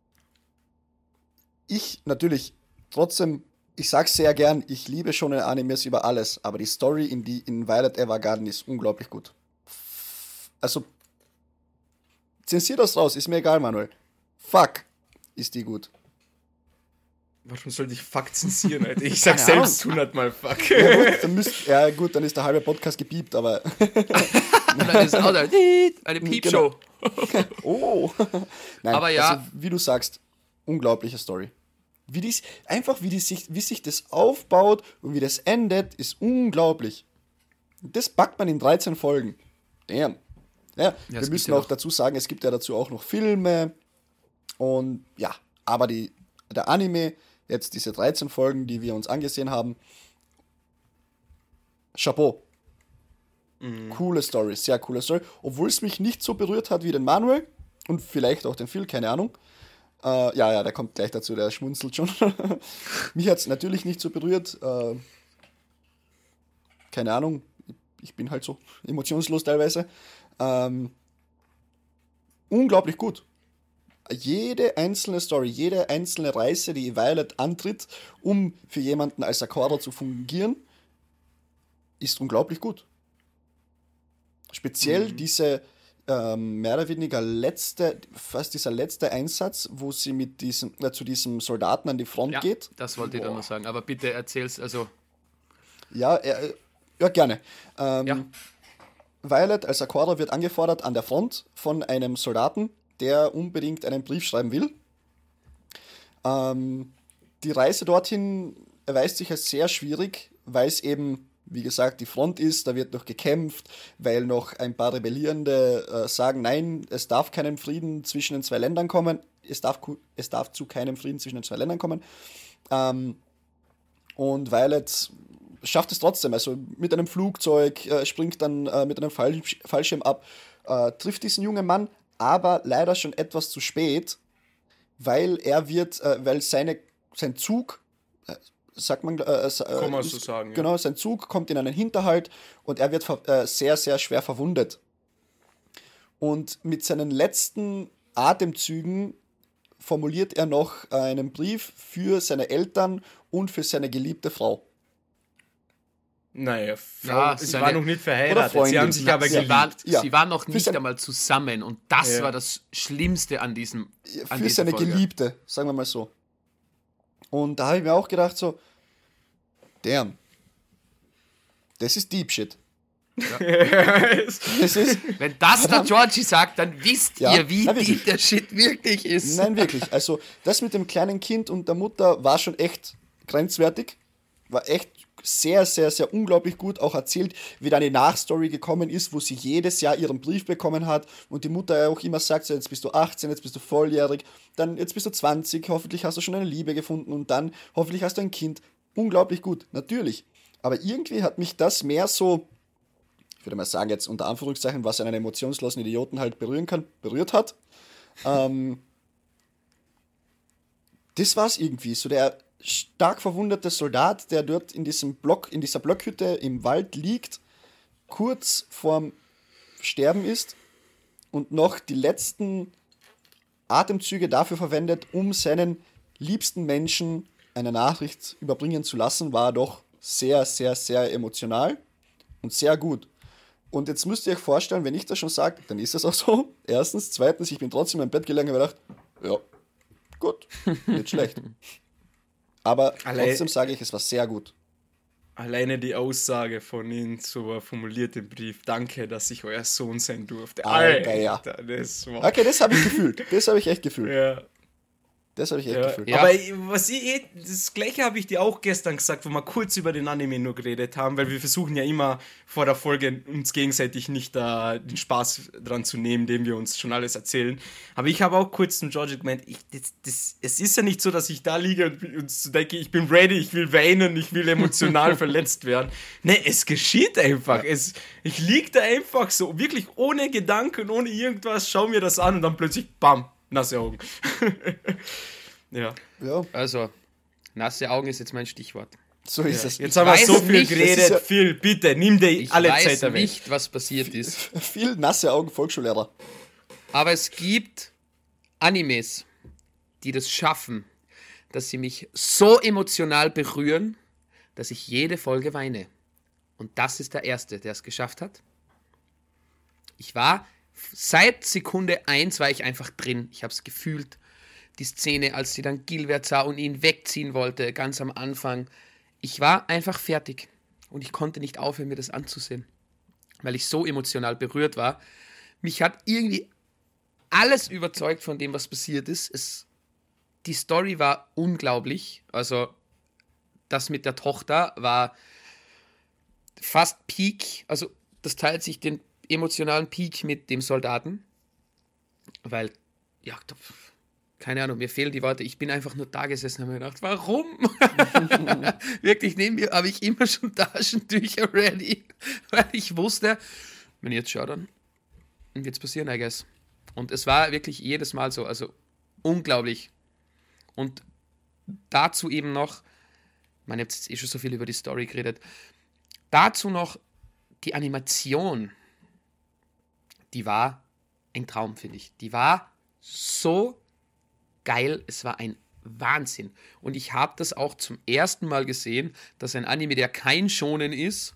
ich natürlich trotzdem, ich sag's sehr gern, ich liebe schon Animes über alles, aber die Story in, die, in Violet Evergarden ist unglaublich gut. Also, zensier das raus, ist mir egal, Manuel. Fuck, ist die gut. Warum sollte ich Fuck zensieren, Alter? Ich sag Keine selbst hundertmal Fuck. Ja gut, dann müsst, ja gut, dann ist der halbe Podcast gepiept, aber... Dann ist auch da, eine Piepshow. Genau. Oh. Nein, aber ja. Also, wie du sagst, unglaubliche Story. Wie dies, einfach wie, die sich, wie sich das aufbaut und wie das endet, ist unglaublich. Das packt man in dreizehn Folgen. Damn. Ja, Ja, wir müssen ja auch dazu sagen, es gibt ja dazu auch noch Filme und ja, aber die, der Anime, jetzt diese dreizehn Folgen, die wir uns angesehen haben, Chapeau. Mhm. Coole Story, sehr coole Story. Obwohl es mich nicht so berührt hat wie den Manuel und vielleicht auch den Phil, keine Ahnung. Äh, ja, ja, der kommt gleich dazu, der schmunzelt schon. Mich hat es natürlich nicht so berührt. Äh, keine Ahnung, ich bin halt so emotionslos teilweise. Ähm, unglaublich gut. Jede einzelne Story, jede einzelne Reise, die Violet antritt, um für jemanden als Sakura zu fungieren, ist unglaublich gut. Speziell mhm. diese ähm, mehr oder weniger letzte, fast dieser letzte Einsatz, wo sie mit diesem, äh, zu diesem Soldaten an die Front ja, geht. Das wollte Boah. ich dann noch sagen, aber bitte erzähl's, also... Ja, äh, ja gerne. Ähm, ja. Violet als Sakura wird angefordert an der Front von einem Soldaten, der unbedingt einen Brief schreiben will. Ähm, die Reise dorthin erweist sich als sehr schwierig, weil es eben, wie gesagt, die Front ist, da wird noch gekämpft, weil noch ein paar Rebellierende äh, sagen, nein, es darf keinen Frieden zwischen den zwei Ländern kommen, es darf, es darf zu keinem Frieden zwischen den zwei Ländern kommen. Ähm, und Violet schafft es trotzdem, also mit einem Flugzeug, äh, springt dann äh, mit einem Fall, Fallschirm ab, äh, trifft diesen jungen Mann, aber leider schon etwas zu spät, weil er wird, äh, weil seine, sein Zug, äh, sagt man, äh, Kann man ist, so sagen, genau, ja. sein Zug kommt in einen Hinterhalt und er wird äh, sehr, sehr schwer verwundet. Und mit seinen letzten Atemzügen formuliert er noch einen Brief für seine Eltern und für seine geliebte Frau. Naja, Frau, Ja, sie seine- war noch nicht verheiratet. Freundin. Sie haben sich Na, aber sie Sie war, geliebt. Ja. sie war noch Für nicht sein- einmal zusammen und das Ja. war das Schlimmste an diesem an Für dieser seine Folge. Geliebte, sagen wir mal so. Und da habe ich mir auch gedacht, so, damn, das ist Deep Shit. Das ist, Wenn das der Georgie sagt, dann wisst Ja, ihr, wie na, wirklich. deep der Shit wirklich ist. nein, wirklich. Also, das mit dem kleinen Kind und der Mutter war schon echt grenzwertig. War echt sehr, sehr, sehr unglaublich gut auch erzählt, wie da eine Nachstory gekommen ist, wo sie jedes Jahr ihren Brief bekommen hat und die Mutter ja auch immer sagt, so, jetzt bist du achtzehn, jetzt bist du volljährig, dann jetzt bist du zwanzig, hoffentlich hast du schon eine Liebe gefunden und dann hoffentlich hast du ein Kind. Unglaublich gut, natürlich. Aber irgendwie hat mich das mehr so, ich würde mal sagen jetzt unter Anführungszeichen, was einen emotionslosen Idioten halt berühren kann, berührt hat. Ähm, das war's irgendwie. So der stark verwundete Soldat, der dort in diesem Block, in dieser Blockhütte im Wald liegt, kurz vorm Sterben ist und noch die letzten Atemzüge dafür verwendet, um seinen liebsten Menschen eine Nachricht überbringen zu lassen, war doch sehr, sehr, sehr emotional und sehr gut. Und jetzt müsst ihr euch vorstellen, wenn ich das schon sage, dann ist das auch so. Erstens. Zweitens, ich bin trotzdem im Bett gelegen und habe gedacht, ja, gut, nicht schlecht. Aber Allein- trotzdem sage ich, es war sehr gut. Alleine die Aussage von ihm, so formuliert im Brief, danke, dass ich euer Sohn sein durfte. Alter, ja. Alter, das war... Okay, das habe ich gefühlt. Das habe ich echt gefühlt. Ja. Das habe ich echt Ja, gefühlt. Ja. aber was ich, eh- das gleiche habe ich dir auch gestern gesagt, wo wir kurz über den Anime nur geredet haben, weil wir versuchen ja immer vor der Folge uns gegenseitig nicht da den Spaß dran zu nehmen, indem wir uns schon alles erzählen. Aber ich habe auch kurz zum George gemeint, ich, das, das, es ist ja nicht so, dass ich da liege und, und so denke, ich bin ready, ich will weinen, ich will emotional verletzt werden. Ne, es geschieht einfach. Es, ich liege da einfach so, wirklich ohne Gedanken, ohne irgendwas, schau mir das an und dann plötzlich, bam, nasse Augen. Ja. Ja, Also, nasse Augen ist jetzt mein Stichwort. so ist es. Jetzt haben wir weiß so viel nicht, das geredet. ist ja- Phil, bitte, nimm dir Ich alle weiß Zeit der Welt. nicht, was passiert ist. Viel nasse Augen Volksschullehrer. Aber es gibt Animes, die das schaffen, dass sie mich so emotional berühren, dass ich jede Folge weine. Und das ist der Erste, der es geschafft hat. Ich war, seit Sekunde eins war ich einfach drin. Ich habe es gefühlt. Die Szene, als sie dann Gilbert sah und ihn wegziehen wollte, ganz am Anfang. Ich war einfach fertig. Und ich konnte nicht aufhören, mir das anzusehen. Weil ich so emotional berührt war. Mich hat irgendwie alles überzeugt von dem, was passiert ist. Es, die Story war unglaublich. Also, das mit der Tochter war fast Peak. Also, das teilt sich den emotionalen Peak mit dem Soldaten. Weil, ja, da- keine Ahnung, mir fehlen die Worte. Ich bin einfach nur da gesessen und habe mir gedacht, warum? Wirklich, neben mir habe ich immer schon Taschentücher ready. Weil ich wusste, wenn ich jetzt schaue, dann wird es passieren, I guess. Und es war wirklich jedes Mal so, also unglaublich. Und dazu eben noch, ich meine, jetzt eh schon so viel über die Story geredet, dazu noch die Animation, die war ein Traum, finde ich. Die war so geil, es war ein Wahnsinn. Und ich habe das auch zum ersten Mal gesehen, dass ein Anime, der kein Shonen ist,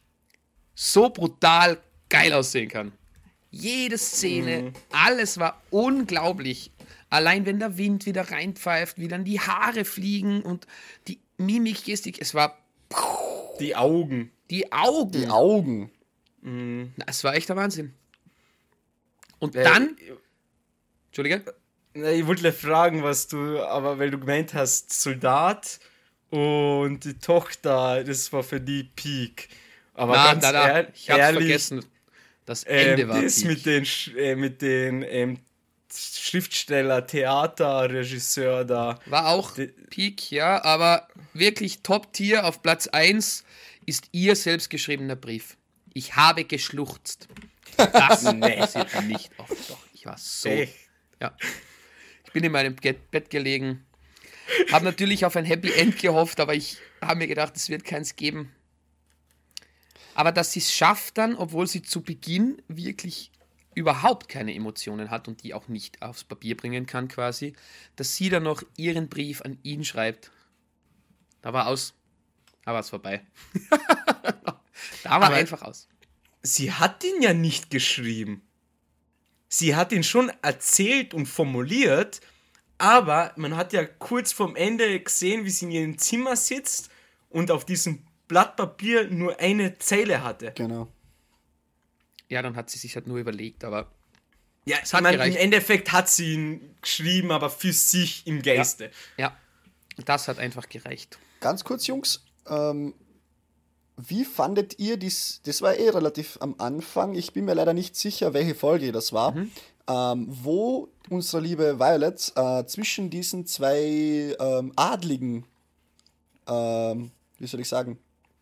so brutal geil aussehen kann. Jede Szene, Mhm. alles war unglaublich. Allein wenn der Wind wieder reinpfeift, wie dann die Haare fliegen und die Mimik, Gestik, es war Die Augen. die Augen. Die Augen. Na, es war echt der Wahnsinn. Und Äh, dann, Entschuldige, Na, ich wollte gleich fragen, was du, aber weil du gemeint hast, Soldat und die Tochter, das war für die Peak. Aber na, ganz na, na, ehr- ich hab's ehrlich, vergessen. Das Ende ähm, war das Peak. mit den, Sch- äh, mit den ähm, Schriftsteller, Theaterregisseur da. War auch Die- Peak, ja, aber wirklich Top-Tier auf Platz eins ist ihr selbstgeschriebener Brief. Ich habe geschluchzt. Das passiert nicht oft. Doch, ich war so. Echt? Ja. Ich bin in meinem Get- Bett gelegen. Habe natürlich auf ein Happy End gehofft, aber ich habe mir gedacht, es wird keins geben. Aber dass sie es schafft dann, obwohl sie zu Beginn wirklich überhaupt keine Emotionen hat und die auch nicht aufs Papier bringen kann quasi, dass sie dann noch ihren Brief an ihn schreibt. Da war aus. Da war es vorbei. Da war Aber- einfach aus. Sie hat ihn ja nicht geschrieben. Sie hat ihn schon erzählt und formuliert, aber man hat ja kurz vorm Ende gesehen, wie sie in ihrem Zimmer sitzt und auf diesem Blatt Papier nur eine Zeile hatte. Genau. Ja, dann hat sie sich halt nur überlegt, aber Ja, Es ich hat meine, im gereicht. Endeffekt hat sie ihn geschrieben, aber für sich im Geiste. ja, das hat einfach gereicht. Ganz kurz, Jungs, ähm, wie fandet ihr dies? Das war eh relativ am Anfang. Ich bin mir leider nicht sicher, welche Folge das war. Ähm, wo unsere liebe Violet äh, zwischen diesen zwei ähm, Adligen, ähm, wie soll ich sagen,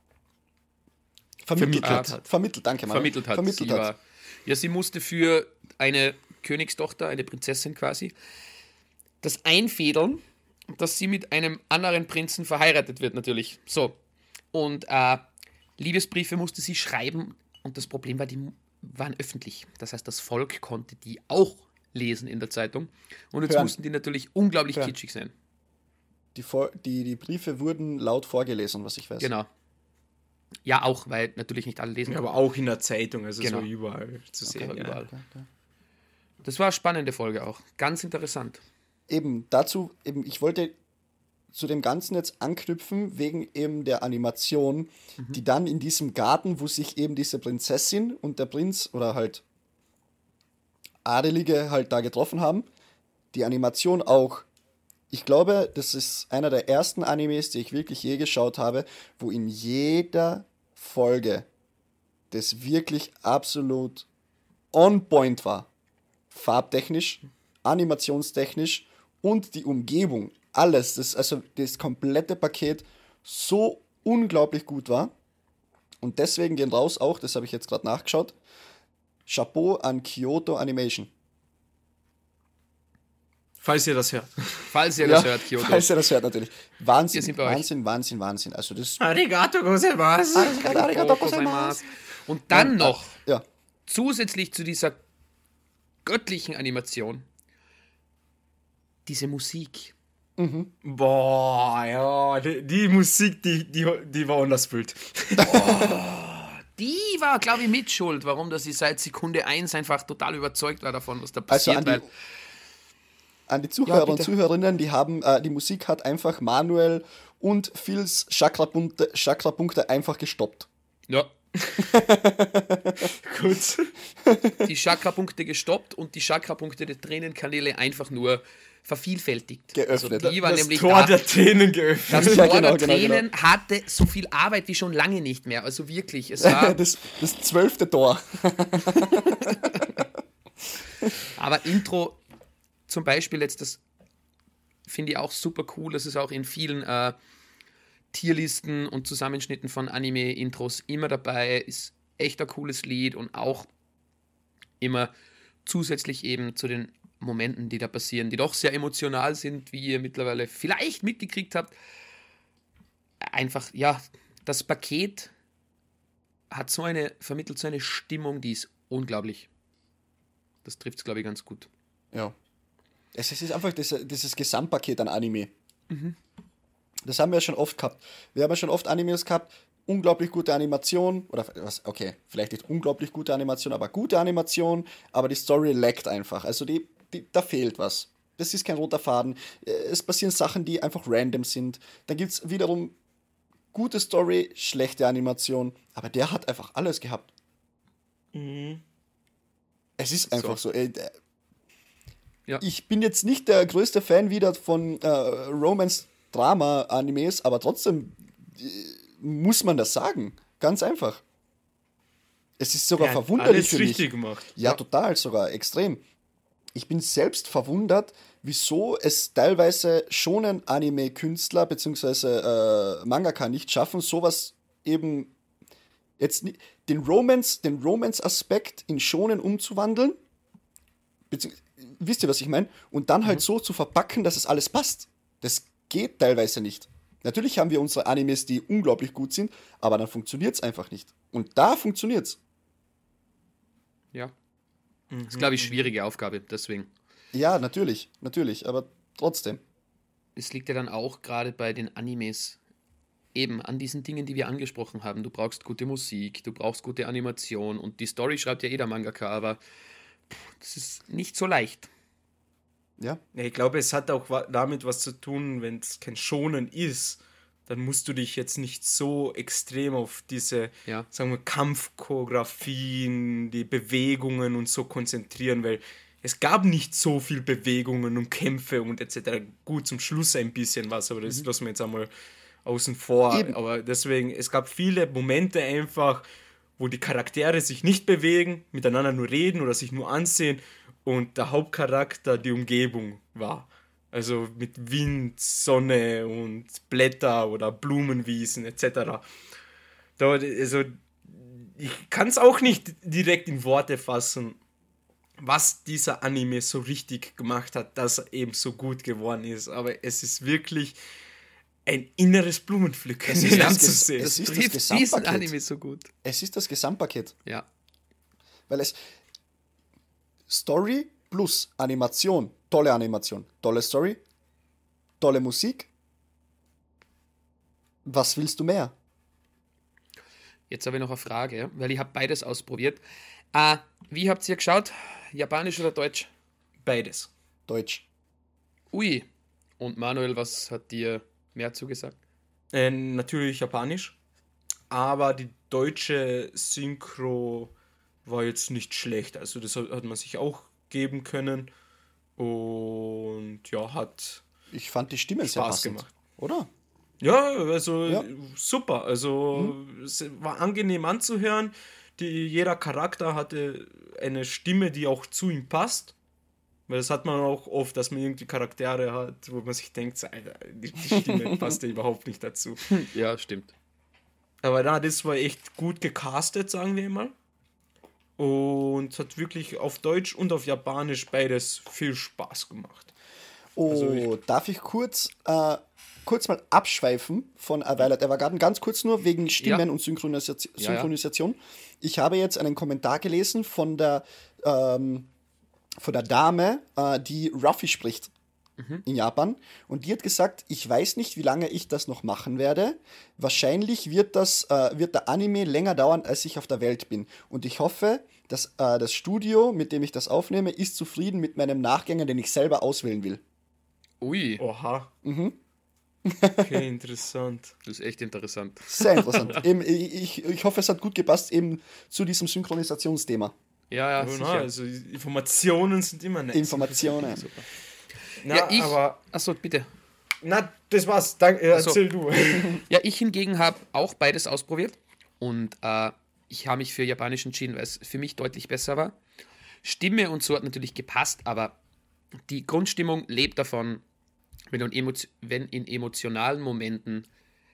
vermittelt, Vermittelt hat. hat. Vermittelt, danke mal. Vermittelt hat. Vermittelt sie hat. War, ja, sie musste für eine Königstochter, eine Prinzessin quasi, das einfädeln, dass sie mit einem anderen Prinzen verheiratet wird, natürlich. So. Und äh, Liebesbriefe musste sie schreiben und das Problem war, die waren öffentlich. Das heißt, das Volk konnte die auch lesen in der Zeitung. Und jetzt Hören. mussten die natürlich unglaublich Hören. kitschig sein. Die, Vor- die, die Briefe wurden laut vorgelesen, was ich weiß. Genau. Ja, auch, weil natürlich nicht alle lesen Ja, konnten. aber auch in der Zeitung, also Genau. so überall zu sehen. war Ja. überall. Das war eine spannende Folge auch. Ganz interessant. Eben, dazu, eben, ich wollte zu dem Ganzen jetzt anknüpfen, wegen eben der Animation, die dann in diesem Garten, wo sich eben diese Prinzessin und der Prinz oder halt Adelige halt da getroffen haben, die Animation auch. Ich glaube, das ist einer der ersten Animes, die ich wirklich je geschaut habe, wo in jeder Folge das wirklich absolut on point war. Farbtechnisch, animationstechnisch und die Umgebung, alles, das, also das komplette Paket so unglaublich gut war. Und deswegen gehen raus auch, das habe ich jetzt gerade nachgeschaut, Chapeau an Kyoto Animation. Falls ihr das hört. Falls ihr das hört, Kyoto. Falls ihr das hört, natürlich. Wir Wahnsinn, sind bei euch. Wahnsinn, Wahnsinn, Wahnsinn. Also das... Arigato gozaimasu. Und dann noch, Ja, zusätzlich zu dieser göttlichen Animation, diese Musik. Boah, ja, die, die Musik, die, die, die war unerfüllt. Die war, glaube ich, mitschuld, warum dass ich seit Sekunde eins einfach total überzeugt war davon, was da also passiert. an die, weil, an die Zuhörer und bitte. Zuhörerinnen, die haben, äh, die Musik hat einfach Manuel und Phils Chakrapunkte Chakrapunkte einfach gestoppt. ja, Gut. die Chakrapunkte gestoppt und die Chakrapunkte der Tränenkanäle einfach nur vervielfältigt. Geöffnet. Also die war Das nämlich Tor da. der Tränen geöffnet. Das Ja, Tor genau, der genau, Tränen hatte so viel Arbeit wie schon lange nicht mehr. Also wirklich, es war. Das, das zwölfte Tor. Aber Intro zum Beispiel jetzt, das finde ich auch super cool. Das ist auch in vielen äh, Tierlisten und Zusammenschnitten von Anime-Intros immer dabei. Ist echt ein cooles Lied und auch immer zusätzlich eben zu den Momenten, die da passieren, die doch sehr emotional sind, wie ihr mittlerweile vielleicht mitgekriegt habt. Einfach, ja, das Paket hat so eine, vermittelt so eine Stimmung, die ist unglaublich. Das trifft es, glaube ich, ganz gut. Ja. Es ist einfach das, dieses Gesamtpaket an Anime. Das haben wir ja schon oft gehabt. Wir haben ja schon oft Animes gehabt, unglaublich gute Animation, oder was, okay, vielleicht nicht unglaublich gute Animation, aber gute Animation, aber die Story laggt einfach. Also die, die, da fehlt was. Das ist kein roter Faden. Es passieren Sachen, die einfach random sind. Dann gibt es wiederum gute Story, schlechte Animation, aber der hat einfach alles gehabt. Es ist einfach so. Ey, der- Ja. Ich bin jetzt nicht der größte Fan wieder von äh, Romance-Drama-Animes, aber trotzdem äh, muss man das sagen. Ganz einfach. Es ist sogar Ja, verwunderlich alles für mich. richtig gemacht. Ja, total sogar, extrem. Ich bin selbst verwundert, wieso es teilweise schonen Anime-Künstler bzw. Äh, Mangaka nicht schaffen, sowas eben jetzt ni- den Romance, den Romance-Aspekt in schonen umzuwandeln. Bezieh- Wisst ihr, was ich meine? Und dann halt so zu verpacken, dass es alles passt. Das geht teilweise nicht. Natürlich haben wir unsere Animes, die unglaublich gut sind, aber dann funktioniert es einfach nicht. Und da funktioniert es. Ja. Das ist, glaube ich, schwierige Aufgabe, deswegen. Ja, natürlich, natürlich, aber trotzdem. Es liegt ja dann auch gerade bei den Animes eben an diesen Dingen, die wir angesprochen haben. Du brauchst gute Musik, du brauchst gute Animation und die Story schreibt ja jeder Mangaka, aber pff, das ist nicht so leicht. Ja. Ja, ich glaube, es hat auch wa- damit was zu tun, wenn es kein Shonen ist, dann musst du dich jetzt nicht so extrem auf diese, Ja. sagen wir, Kampfchoreografien, die Bewegungen und so konzentrieren, weil es gab nicht so viel Bewegungen und Kämpfe und et cetera. Gut, zum Schluss ein bisschen was, aber das lassen wir jetzt einmal außen vor. Eben. Aber deswegen, es gab viele Momente einfach, wo die Charaktere sich nicht bewegen, miteinander nur reden oder sich nur ansehen und der Hauptcharakter die Umgebung war. Also mit Wind, Sonne und Blätter oder Blumenwiesen et cetera. Da, also, ich kann es auch nicht direkt in Worte fassen, was dieser Anime so richtig gemacht hat, dass er eben so gut geworden ist. Aber es ist wirklich ein inneres Blumenpflücken, Es ist das Ges- anzusehen. es ist das Trifft diesen Gesamtpaket. Anime so gut. Es ist das Gesamtpaket. Ja. Weil es Story plus Animation, tolle Animation, tolle Story, tolle Musik. Was willst du mehr? Jetzt habe ich noch eine Frage, weil ich habe beides ausprobiert. Äh, wie habt ihr geschaut? Japanisch oder Deutsch? Beides. Deutsch. Ui. Und Manuel, was hat dir mehr zugesagt? Äh, natürlich Japanisch, aber die deutsche Synchro war jetzt nicht schlecht. Also das hat, hat man sich auch geben können und ja, hat Ich fand die Stimme sehr Spaß passend. gemacht. Oder? Ja, also Ja. super. Also es war angenehm anzuhören. Die, jeder Charakter hatte eine Stimme, die auch zu ihm passt. Weil das hat man auch oft, dass man irgendwie Charaktere hat, wo man sich denkt, Alter, die, die Stimme passt ja überhaupt nicht dazu. Ja, stimmt. Aber na, das war echt gut gecastet, sagen wir mal. Und hat wirklich auf Deutsch und auf Japanisch beides viel Spaß gemacht. Oh, Also darf ich kurz, äh, kurz mal abschweifen von A Violet Evergarden? Ganz kurz nur wegen Stimmen Ja. und Synchronisa- Ja, ja. Synchronisation. Ich habe jetzt einen Kommentar gelesen von der, ähm, von der Dame, äh, die Ruffy spricht in Japan. Und die hat gesagt, ich weiß nicht, wie lange ich das noch machen werde. Wahrscheinlich wird, das, äh, wird der Anime länger dauern, als ich auf der Welt bin. Und ich hoffe, dass äh, das Studio, mit dem ich das aufnehme, ist zufrieden mit meinem Nachgänger, den ich selber auswählen will. Ui, Oha. Mhm. Okay, interessant. das ist echt interessant. Sehr interessant. eben, ich, ich hoffe, es hat gut gepasst eben zu diesem Synchronisationsthema. Ja, ja, Oh, na, sicher. also Informationen sind immer nett. Informationen. Na, Ja, ich, aber achso, bitte. na, das war's. Dank, äh, Ach so. erzähl du. Ja, ich hingegen habe auch beides ausprobiert und äh, ich habe mich für Japanisch entschieden, weil es für mich deutlich besser war. Stimme und so hat natürlich gepasst, aber die Grundstimmung lebt davon, wenn, du in, emotio- wenn in emotionalen Momenten,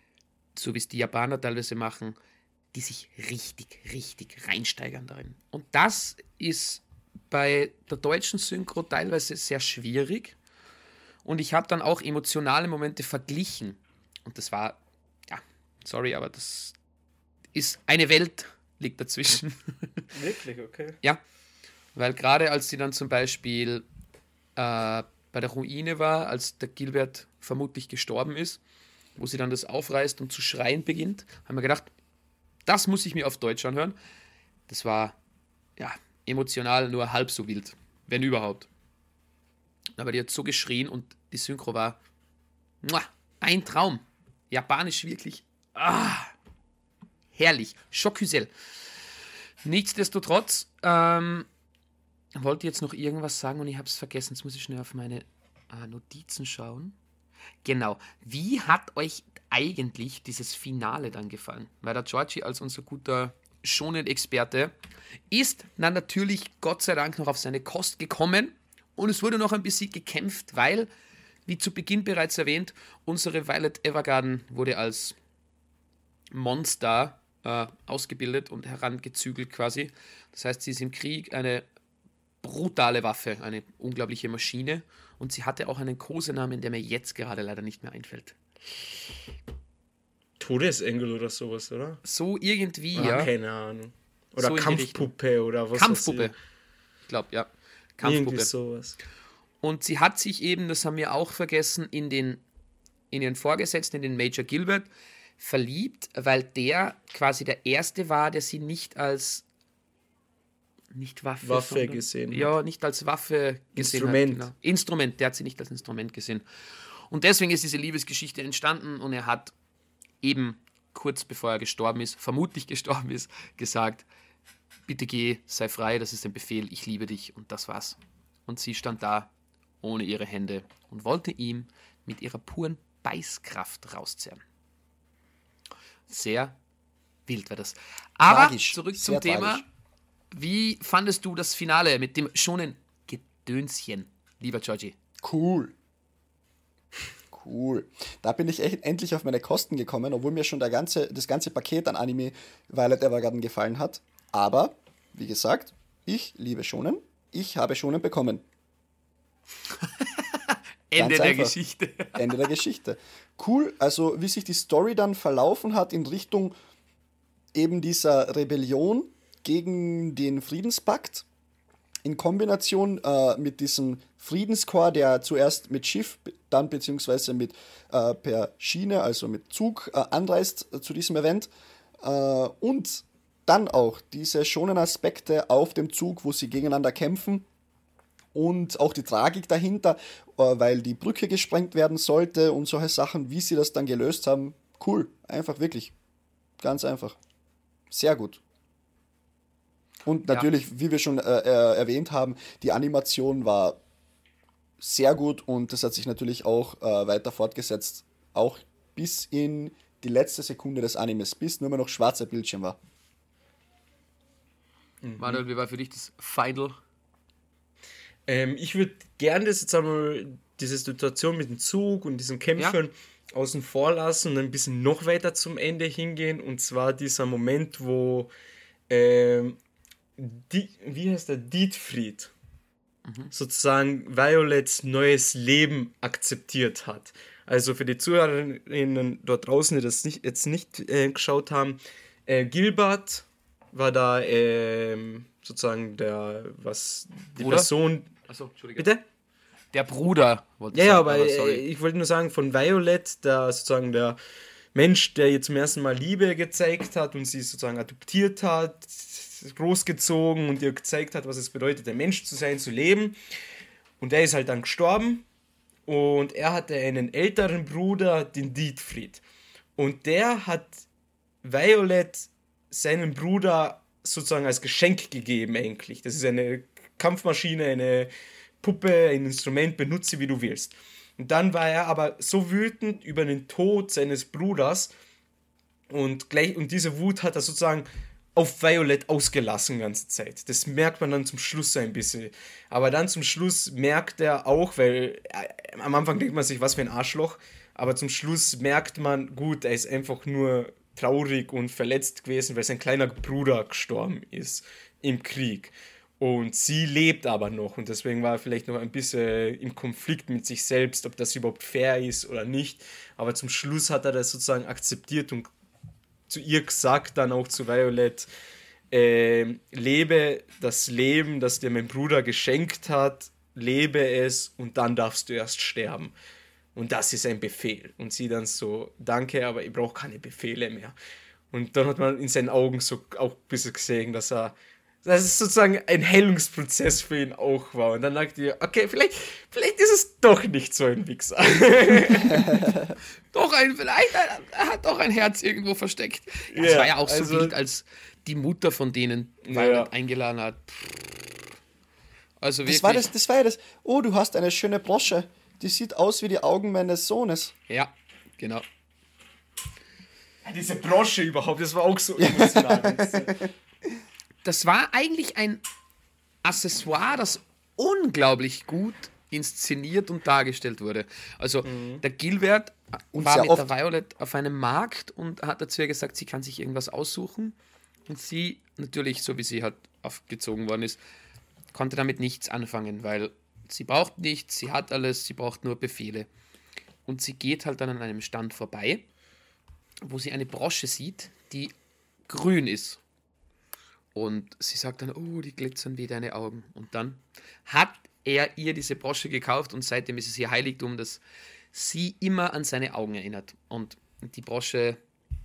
so wie es die Japaner teilweise machen, die sich richtig, richtig reinsteigern darin. Und das ist bei der deutschen Synchro teilweise sehr schwierig. Und ich habe dann auch emotionale Momente verglichen. Und das war, ja, sorry, aber das ist eine Welt, liegt dazwischen. Wirklich, okay. Ja, weil gerade als sie dann zum Beispiel äh, bei der Ruine war, als der Gilbert vermutlich gestorben ist, wo sie dann das aufreißt und zu schreien beginnt, haben wir gedacht, das muss ich mir auf Deutsch anhören. Das war, ja, emotional nur halb so wild, wenn überhaupt. Aber die hat so geschrien und die Synchro war muah, ein Traum. Japanisch wirklich ah, herrlich. Schocküsel. Nichtsdestotrotz ähm, wollte jetzt noch irgendwas sagen und ich habe es vergessen. Jetzt muss ich schnell auf meine äh, Notizen schauen. Genau. Wie hat euch eigentlich dieses Finale dann gefallen? Weil der Georgie als unser guter Shonen-Experte ist dann natürlich Gott sei Dank noch auf seine Kost gekommen und es wurde noch ein bisschen gekämpft, weil, wie zu Beginn bereits erwähnt, unsere Violet Evergarden wurde als Monster äh, ausgebildet und herangezügelt quasi. Das heißt, sie ist im Krieg eine brutale Waffe, eine unglaubliche Maschine und sie hatte auch einen Kosenamen, der mir jetzt gerade leider nicht mehr einfällt. Todesengel oder sowas, oder? So irgendwie, Ah, ja. keine Ahnung. Oder So in die Kampfpuppe oder was Kampfpuppe. weiß Ich glaube, ja. ich. Kampfpuppe. Irgendwie sowas. Und sie hat sich eben, das haben wir auch vergessen, in den in ihren Vorgesetzten, in den Major Gilbert, verliebt, weil der quasi der Erste war, der sie nicht als nicht Waffe, Waffe sondern, gesehen hat. Ja, nicht als Waffe gesehen Instrument. hat. Genau. Instrument, der hat sie nicht als Instrument gesehen. Und deswegen ist diese Liebesgeschichte entstanden und er hat eben kurz bevor er gestorben ist, vermutlich gestorben ist, gesagt, bitte geh, sei frei, das ist ein Befehl, ich liebe dich und das war's. Und sie stand da ohne ihre Hände und wollte ihm mit ihrer puren Beißkraft rauszehren. Sehr wild war das. Aber Tragisch, zurück sehr zum Thema. tragisch. Wie fandest du das Finale mit dem schonen Gedönschen, lieber Georgie? Cool. Cool. Da bin ich echt endlich auf meine Kosten gekommen, obwohl mir schon der ganze, das ganze Paket an Anime Violet Evergarden gefallen hat. Aber, wie gesagt, ich liebe Shonen. Ich habe Shonen bekommen. Ende Ganz der einfach. Geschichte. Ende der Geschichte. Cool, also wie sich die Story dann verlaufen hat in Richtung eben dieser Rebellion gegen den Friedenspakt in Kombination äh, mit diesem Friedenskorps, der zuerst mit Schiff, dann beziehungsweise mit äh, per Schiene, also mit Zug äh, anreist äh, zu diesem Event äh, und dann auch diese schonen Aspekte auf dem Zug, wo sie gegeneinander kämpfen und auch die Tragik dahinter, äh, weil die Brücke gesprengt werden sollte und solche Sachen, wie sie das dann gelöst haben. Cool, einfach wirklich. Ganz einfach. Sehr gut. Und natürlich, ja. wie wir schon äh, äh, erwähnt haben, die Animation war sehr gut und das hat sich natürlich auch äh, weiter fortgesetzt. Auch bis in die letzte Sekunde des Animes, bis nur mehr noch schwarzer Bildschirm war. Mhm. Manuel, wie war für dich das Final? Ähm, ich würde gerne das jetzt einmal, diese Situation mit dem Zug und diesen Kämpfern ja. außen vor lassen und ein bisschen noch weiter zum Ende hingehen. Und zwar dieser Moment, wo ähm, die, wie heißt der, Dietfried mhm. sozusagen Violets neues Leben akzeptiert hat. Also für die Zuhörerinnen dort draußen, die das nicht, jetzt nicht äh, geschaut haben, äh, Gilbert war da äh, sozusagen der, was die Bruder? Person... Achso, Entschuldige. Bitte? Der Bruder, wollte ich ja, sagen. Ja, aber, aber ich wollte nur sagen, von Violet, der sozusagen der Mensch, der jetzt zum ersten Mal Liebe gezeigt hat und sie sozusagen adoptiert hat, großgezogen und ihr gezeigt hat, was es bedeutet, ein Mensch zu sein, zu leben. Und der ist halt dann gestorben und er hatte einen älteren Bruder, den Dietfried. Und der hat Violet seinen Bruder sozusagen als Geschenk gegeben eigentlich. Das ist eine Kampfmaschine, eine Puppe, ein Instrument, benutze wie du willst. Und dann war er aber so wütend über den Tod seines Bruders und, gleich, und diese Wut hat er sozusagen auf Violet ausgelassen die ganze Zeit. Das merkt man dann zum Schluss ein bisschen. Aber dann zum Schluss merkt er auch, weil äh, am Anfang denkt man sich, was für ein Arschloch, aber zum Schluss merkt man, gut, er ist einfach nur traurig und verletzt gewesen, weil sein kleiner Bruder gestorben ist im Krieg. Und sie lebt aber noch und deswegen war er vielleicht noch ein bisschen im Konflikt mit sich selbst, ob das überhaupt fair ist oder nicht. Aber zum Schluss hat er das sozusagen akzeptiert und zu ihr gesagt, dann auch zu Violet, äh, lebe das Leben, das dir mein Bruder geschenkt hat, lebe es und dann darfst du erst sterben. Und das ist ein Befehl. Und sie dann so, danke, aber ich brauche keine Befehle mehr. Und dann hat man in seinen Augen so auch ein bisschen gesehen, dass er, dass es sozusagen ein Heilungsprozess für ihn auch war. Und dann dachte ich, okay, vielleicht, vielleicht ist es doch nicht so ein Wichser. doch ein, vielleicht, er hat doch ein Herz irgendwo versteckt. Ja, es ja, war ja auch so also, wild, als die Mutter von denen Violet ja. eingeladen hat. Also wirklich. Das war, das, das war ja das, oh, du hast eine schöne Brosche. Die sieht aus wie die Augen meines Sohnes. Ja, genau. Ja, diese Brosche überhaupt, das war auch so emotional. Das war eigentlich ein Accessoire, das unglaublich gut inszeniert und dargestellt wurde. Also mhm. der Gilbert und war mit oft. der Violet auf einem Markt und hat dazu ja gesagt, sie kann sich irgendwas aussuchen. Und sie, natürlich, so wie sie halt aufgezogen worden ist, konnte damit nichts anfangen, weil sie braucht nichts, sie hat alles, sie braucht nur Befehle. Und sie geht halt dann an einem Stand vorbei, wo sie eine Brosche sieht, die grün ist. Und sie sagt dann, oh, die glitzern wie deine Augen. Und dann hat er ihr diese Brosche gekauft und seitdem ist es ihr Heiligtum, dass sie immer an seine Augen erinnert. Und die Brosche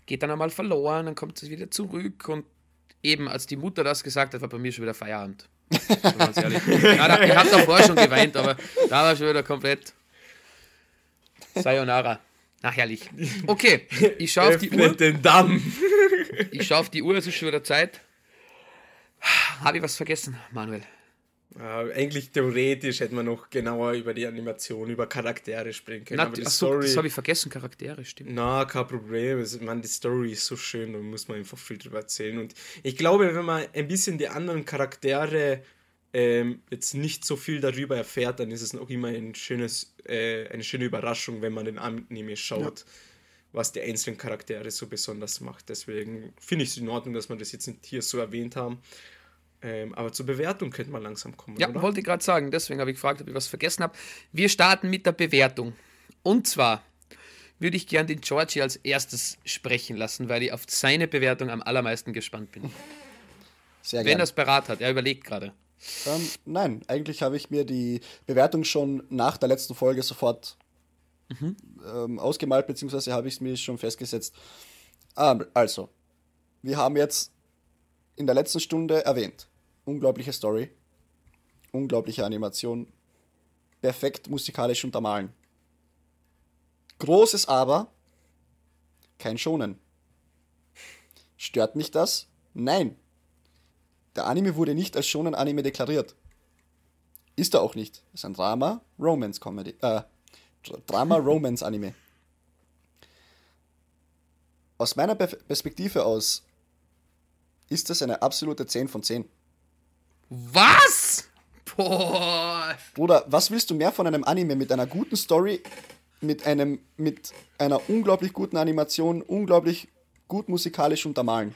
geht dann einmal verloren, dann kommt es wieder zurück und eben, als die Mutter das gesagt hat, war bei mir schon wieder Feierabend. Ganz ehrlich. Ja, da, ich habe davor schon geweint, aber da war schon wieder komplett Sayonara. Ach, herrlich. Okay, ich schaue auf die Uhr. den Damm. Ich schaue auf die Uhr, es ist schon wieder Zeit. Habe ich was vergessen, Manuel? Ja, eigentlich theoretisch hätte man noch genauer über die Animation, über Charaktere sprechen können. Na, aber die achso, Story, das habe ich vergessen, Charaktere, stimmt. na, kein Problem. Also, man, die Story ist so schön, da muss man einfach viel drüber erzählen. Und ich glaube, wenn man ein bisschen die anderen Charaktere ähm, jetzt nicht so viel darüber erfährt, dann ist es noch immer ein schönes, äh, eine schöne Überraschung, wenn man den Anime schaut, ja, was die einzelnen Charaktere so besonders macht. Deswegen finde ich es in Ordnung, dass wir das jetzt nicht hier so erwähnt haben. Ähm, aber zur Bewertung könnte man langsam kommen, Ja, oder? wollte ich gerade sagen, deswegen habe ich gefragt, ob ich was vergessen habe. Wir starten mit der Bewertung. Und zwar würde ich gern den Georgie als erstes sprechen lassen, weil ich auf seine Bewertung am allermeisten gespannt bin. Sehr Wenn gerne. er es parat hat, er überlegt gerade. Ähm, nein, eigentlich habe ich mir die Bewertung schon nach der letzten Folge sofort Mhm. ähm, ausgemalt, beziehungsweise habe ich es mir schon festgesetzt. Ähm, also, wir haben jetzt in der letzten Stunde erwähnt, unglaubliche Story, unglaubliche Animation, perfekt musikalisch untermalen. Großes Aber, kein Shonen. Stört mich das? Nein. Der Anime wurde nicht als Shonen-Anime deklariert. Ist er auch nicht. Es ist ein Drama, Romance-Comedy. Äh, Drama-Romance-Anime. Aus meiner Pe- Perspektive aus ist das eine absolute zehn von zehn. Was? Boah. Bruder, was willst du mehr von einem Anime mit einer guten Story, mit einem, mit einer unglaublich guten Animation, unglaublich gut musikalisch untermalen?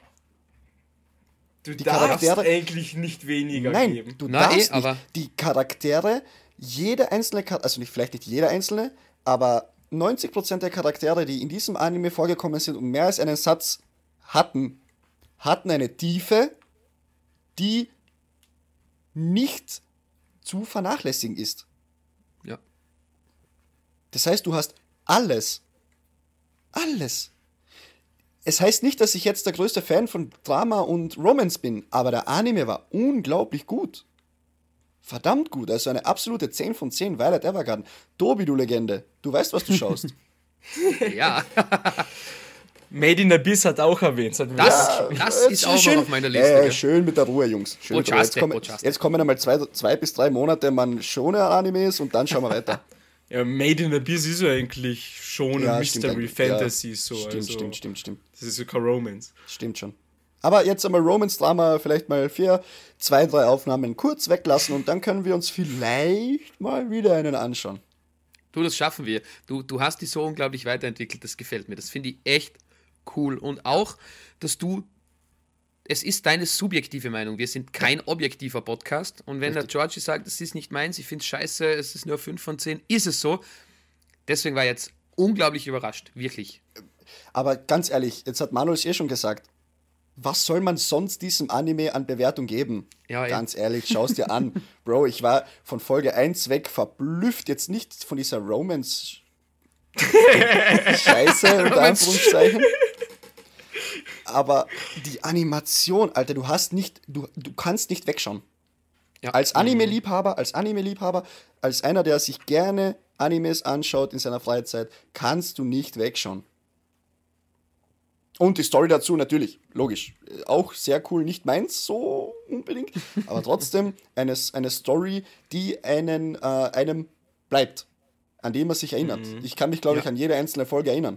Du Die darfst Charaktere- eigentlich nicht weniger Nein, geben. du Na, darfst eh, aber- nicht. Die Charaktere, jede einzelne, Char- also nicht, vielleicht nicht jeder einzelne, aber neunzig Prozent der Charaktere, die in diesem Anime vorgekommen sind und mehr als einen Satz hatten, hatten eine Tiefe, die nicht zu vernachlässigen ist. Ja. Das heißt, du hast alles. Alles. Es heißt nicht, dass ich jetzt der größte Fan von Drama und Romance bin, aber der Anime war unglaublich gut. Verdammt gut, also eine absolute zehn von zehn, Violet Evergarden. Tobi, du Legende, du weißt, was du schaust. Ja, Made in Abyss hat auch erwähnt. Hat das, Ja, das äh, ist auch schön, noch auf meiner Liste. Äh, gell? schön mit der Ruhe, Jungs. Schön mit der Ruhe. Jetzt, Bochaste, kommen, Bochaste. jetzt kommen einmal zwei, zwei bis drei Monate man schon Animes und dann schauen wir weiter. Ja, Made in Abyss ist ja eigentlich schon Ja, ein stimmt Mystery eigentlich. Fantasy. Ja, so, stimmt, also, stimmt, stimmt, stimmt. Das ist so kein Romance. Stimmt schon. Aber jetzt einmal Romance-Drama vielleicht mal für zwei, drei Aufnahmen kurz weglassen und dann können wir uns vielleicht mal wieder einen anschauen. Du, das schaffen wir. Du, du hast dich so unglaublich weiterentwickelt, das gefällt mir. Das finde ich echt cool. Und auch, dass du, es ist deine subjektive Meinung. Wir sind kein objektiver Podcast. Und wenn der Georgie sagt, das ist nicht meins, ich finde es scheiße, es ist nur fünf von zehn, ist es so. Deswegen war ich jetzt unglaublich überrascht. Wirklich. Aber ganz ehrlich, jetzt hat Manuel es eh schon gesagt, was soll man sonst diesem Anime an Bewertung geben? Ja, Ganz ehrlich, schau es dir an. Bro, ich war von Folge eins weg verblüfft, jetzt nicht von dieser Romance Scheiße, unter Anführungszeichen. Aber die Animation, Alter, du hast nicht, du, du kannst nicht wegschauen. Ja. Als Anime-Liebhaber, als Anime-Liebhaber, als einer, der sich gerne Animes anschaut in seiner Freizeit, kannst du nicht wegschauen. Und die Story dazu natürlich, logisch. Auch sehr cool, nicht meins so unbedingt, aber trotzdem eine, eine Story, die einen, äh, einem bleibt, an die man sich erinnert. Mhm. Ich kann mich, glaube Ja. ich, an jede einzelne Folge erinnern.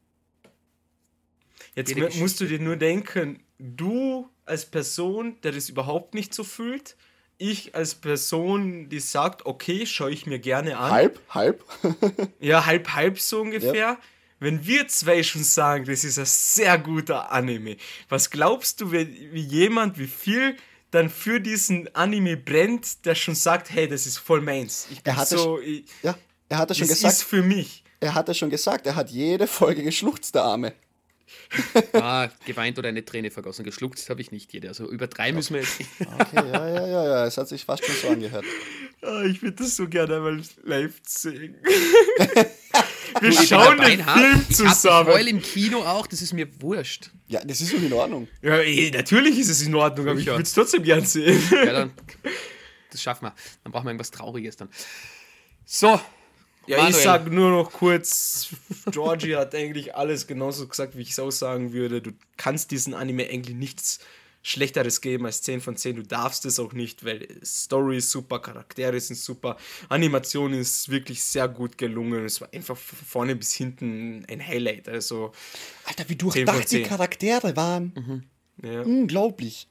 Jetzt Jede mu- Geschichte. musst du dir nur denken, du als Person, der das überhaupt nicht so fühlt, ich als Person, die sagt, okay, schaue ich mir gerne an. Halb, halb. Ja, halb, halb so ungefähr. Wenn wir zwei schon sagen, das ist ein sehr guter Anime, was glaubst du, wie, wie jemand, wie viel dann für diesen Anime brennt, der schon sagt, hey, das ist voll meins. Ich bin Er hatte so, ich, Ja, er hat es schon das gesagt. ist für mich. Er hat es schon gesagt, er hat jede Folge geschluchzt, der Arme. Ah, geweint oder eine Träne vergossen. Geschluckt habe ich nicht jede. Also übertreiben müssen wir jetzt nicht. Okay, ja, ja, ja, ja, es hat sich fast schon so angehört. Ah, ich würde das so gerne mal live sehen. Wir Ich schauen bin den dabei, Film ich hab zusammen. Ich heul im Kino auch, das ist mir wurscht. Ja, das ist doch in Ordnung. Ja, eh, natürlich ist es in Ordnung, aber ich Sicher. würde es trotzdem gern sehen. Ja, dann, das schaffen wir. Dann brauchen wir irgendwas Trauriges dann. So, Ja, Manuel. ich sag nur noch kurz, Georgie hat eigentlich alles genauso gesagt, wie ich es auch sagen würde. Du kannst diesen Anime eigentlich nichts Schlechteres geben als zehn von zehn. Du darfst es auch nicht, weil Story ist super, Charaktere sind super, Animation ist wirklich sehr gut gelungen. Es war einfach von vorne bis hinten ein Highlight. Also, Alter, wie zehn von durchdacht die zehn. Charaktere waren. ja. Unglaublich.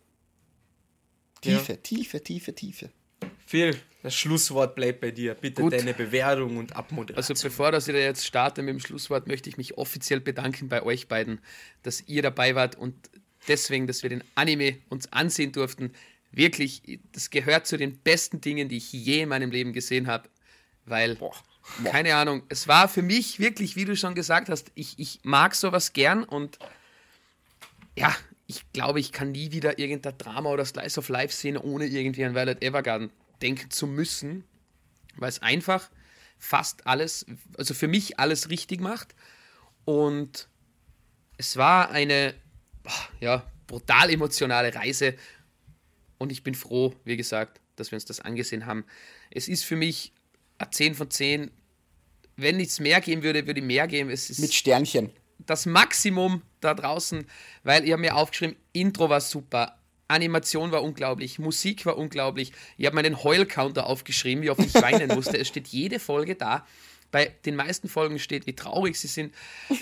Tiefe, Ja. Tiefe, Tiefe, Tiefe. Phil, das Schlusswort bleibt bei dir. Bitte Gut. deine Bewertung und Abmoderation. Also bevor dass ich da jetzt starte mit dem Schlusswort, möchte ich mich offiziell bedanken bei euch beiden, dass ihr dabei wart und deswegen, dass wir den Anime uns ansehen durften. Wirklich, das gehört zu den besten Dingen, die ich je in meinem Leben gesehen habe, weil, keine Ahnung, es war für mich wirklich, wie du schon gesagt hast, ich, ich mag sowas gern und ja, ich glaube, ich kann nie wieder irgendein Drama oder Slice of Life sehen, ohne irgendwie an Violet Evergarden denken zu müssen, weil es einfach fast alles, also für mich alles richtig macht und es war eine ja, brutal emotionale Reise und ich bin froh, wie gesagt, dass wir uns das angesehen haben. Es ist für mich eine zehn von zehn. Wenn nichts mehr geben würde, würde ich mehr geben. Es ist Mit Sternchen. das Maximum da draußen, weil ich habe mir aufgeschrieben, Intro war super, Animation war unglaublich, Musik war unglaublich. Ich habe meinen Heul-Counter aufgeschrieben, wie oft ich weinen musste. Es steht jede Folge da. Bei den meisten Folgen steht, wie traurig sie sind.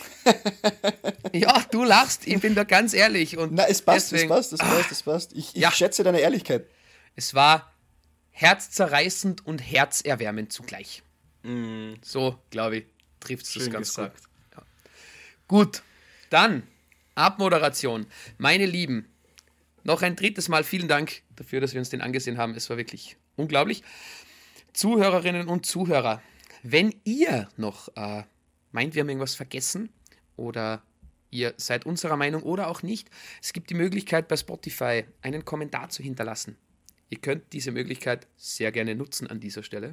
Ja, du lachst, ich bin da ganz ehrlich. Und Na, es passt, deswegen, es passt, es passt, es passt. Ich, ich Ja. schätze deine Ehrlichkeit. Es war herzzerreißend und herzerwärmend zugleich. So, glaube ich, trifft es das Schön ganz gesagt. gut. Gut, dann Abmoderation. Meine Lieben, noch ein drittes Mal vielen Dank dafür, dass wir uns den angesehen haben. Es war wirklich unglaublich. Zuhörerinnen und Zuhörer, wenn ihr noch äh, meint, wir haben irgendwas vergessen oder ihr seid unserer Meinung oder auch nicht, es gibt die Möglichkeit bei Spotify einen Kommentar zu hinterlassen. Ihr könnt diese Möglichkeit sehr gerne nutzen an dieser Stelle.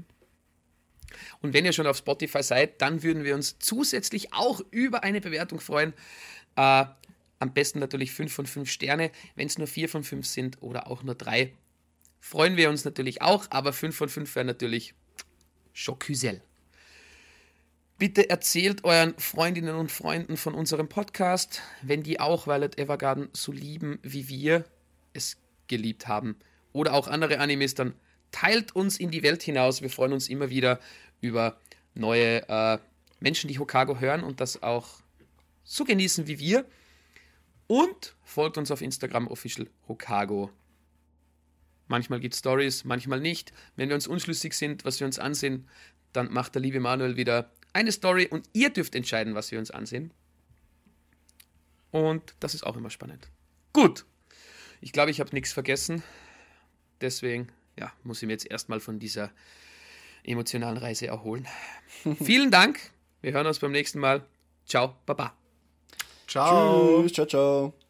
Und wenn ihr schon auf Spotify seid, dann würden wir uns zusätzlich auch über eine Bewertung freuen. Äh, am besten natürlich fünf von fünf Sterne. Wenn es nur vier von fünf sind oder auch nur drei, freuen wir uns natürlich auch. Aber fünf von fünf wäre natürlich Schockhüsel. Bitte erzählt euren Freundinnen und Freunden von unserem Podcast, wenn die auch Violet Evergarden so lieben, wie wir es geliebt haben. Oder auch andere Animes, dann teilt uns in die Welt hinaus. Wir freuen uns immer wieder über neue äh, Menschen, die Hokago hören und das auch so genießen wie wir. Und folgt uns auf Instagram official Hokago. Manchmal gibt es Stories, manchmal nicht. Wenn wir uns unschlüssig sind, was wir uns ansehen, dann macht der liebe Manuel wieder eine Story und ihr dürft entscheiden, was wir uns ansehen. Und das ist auch immer spannend. Gut. Ich glaube, ich habe nichts vergessen. Deswegen ja, muss ich mir jetzt erstmal von dieser emotionalen Reise erholen. Vielen Dank. Wir hören uns beim nächsten Mal. Ciao, Baba. Ciao. Tschüss, ciao, ciao.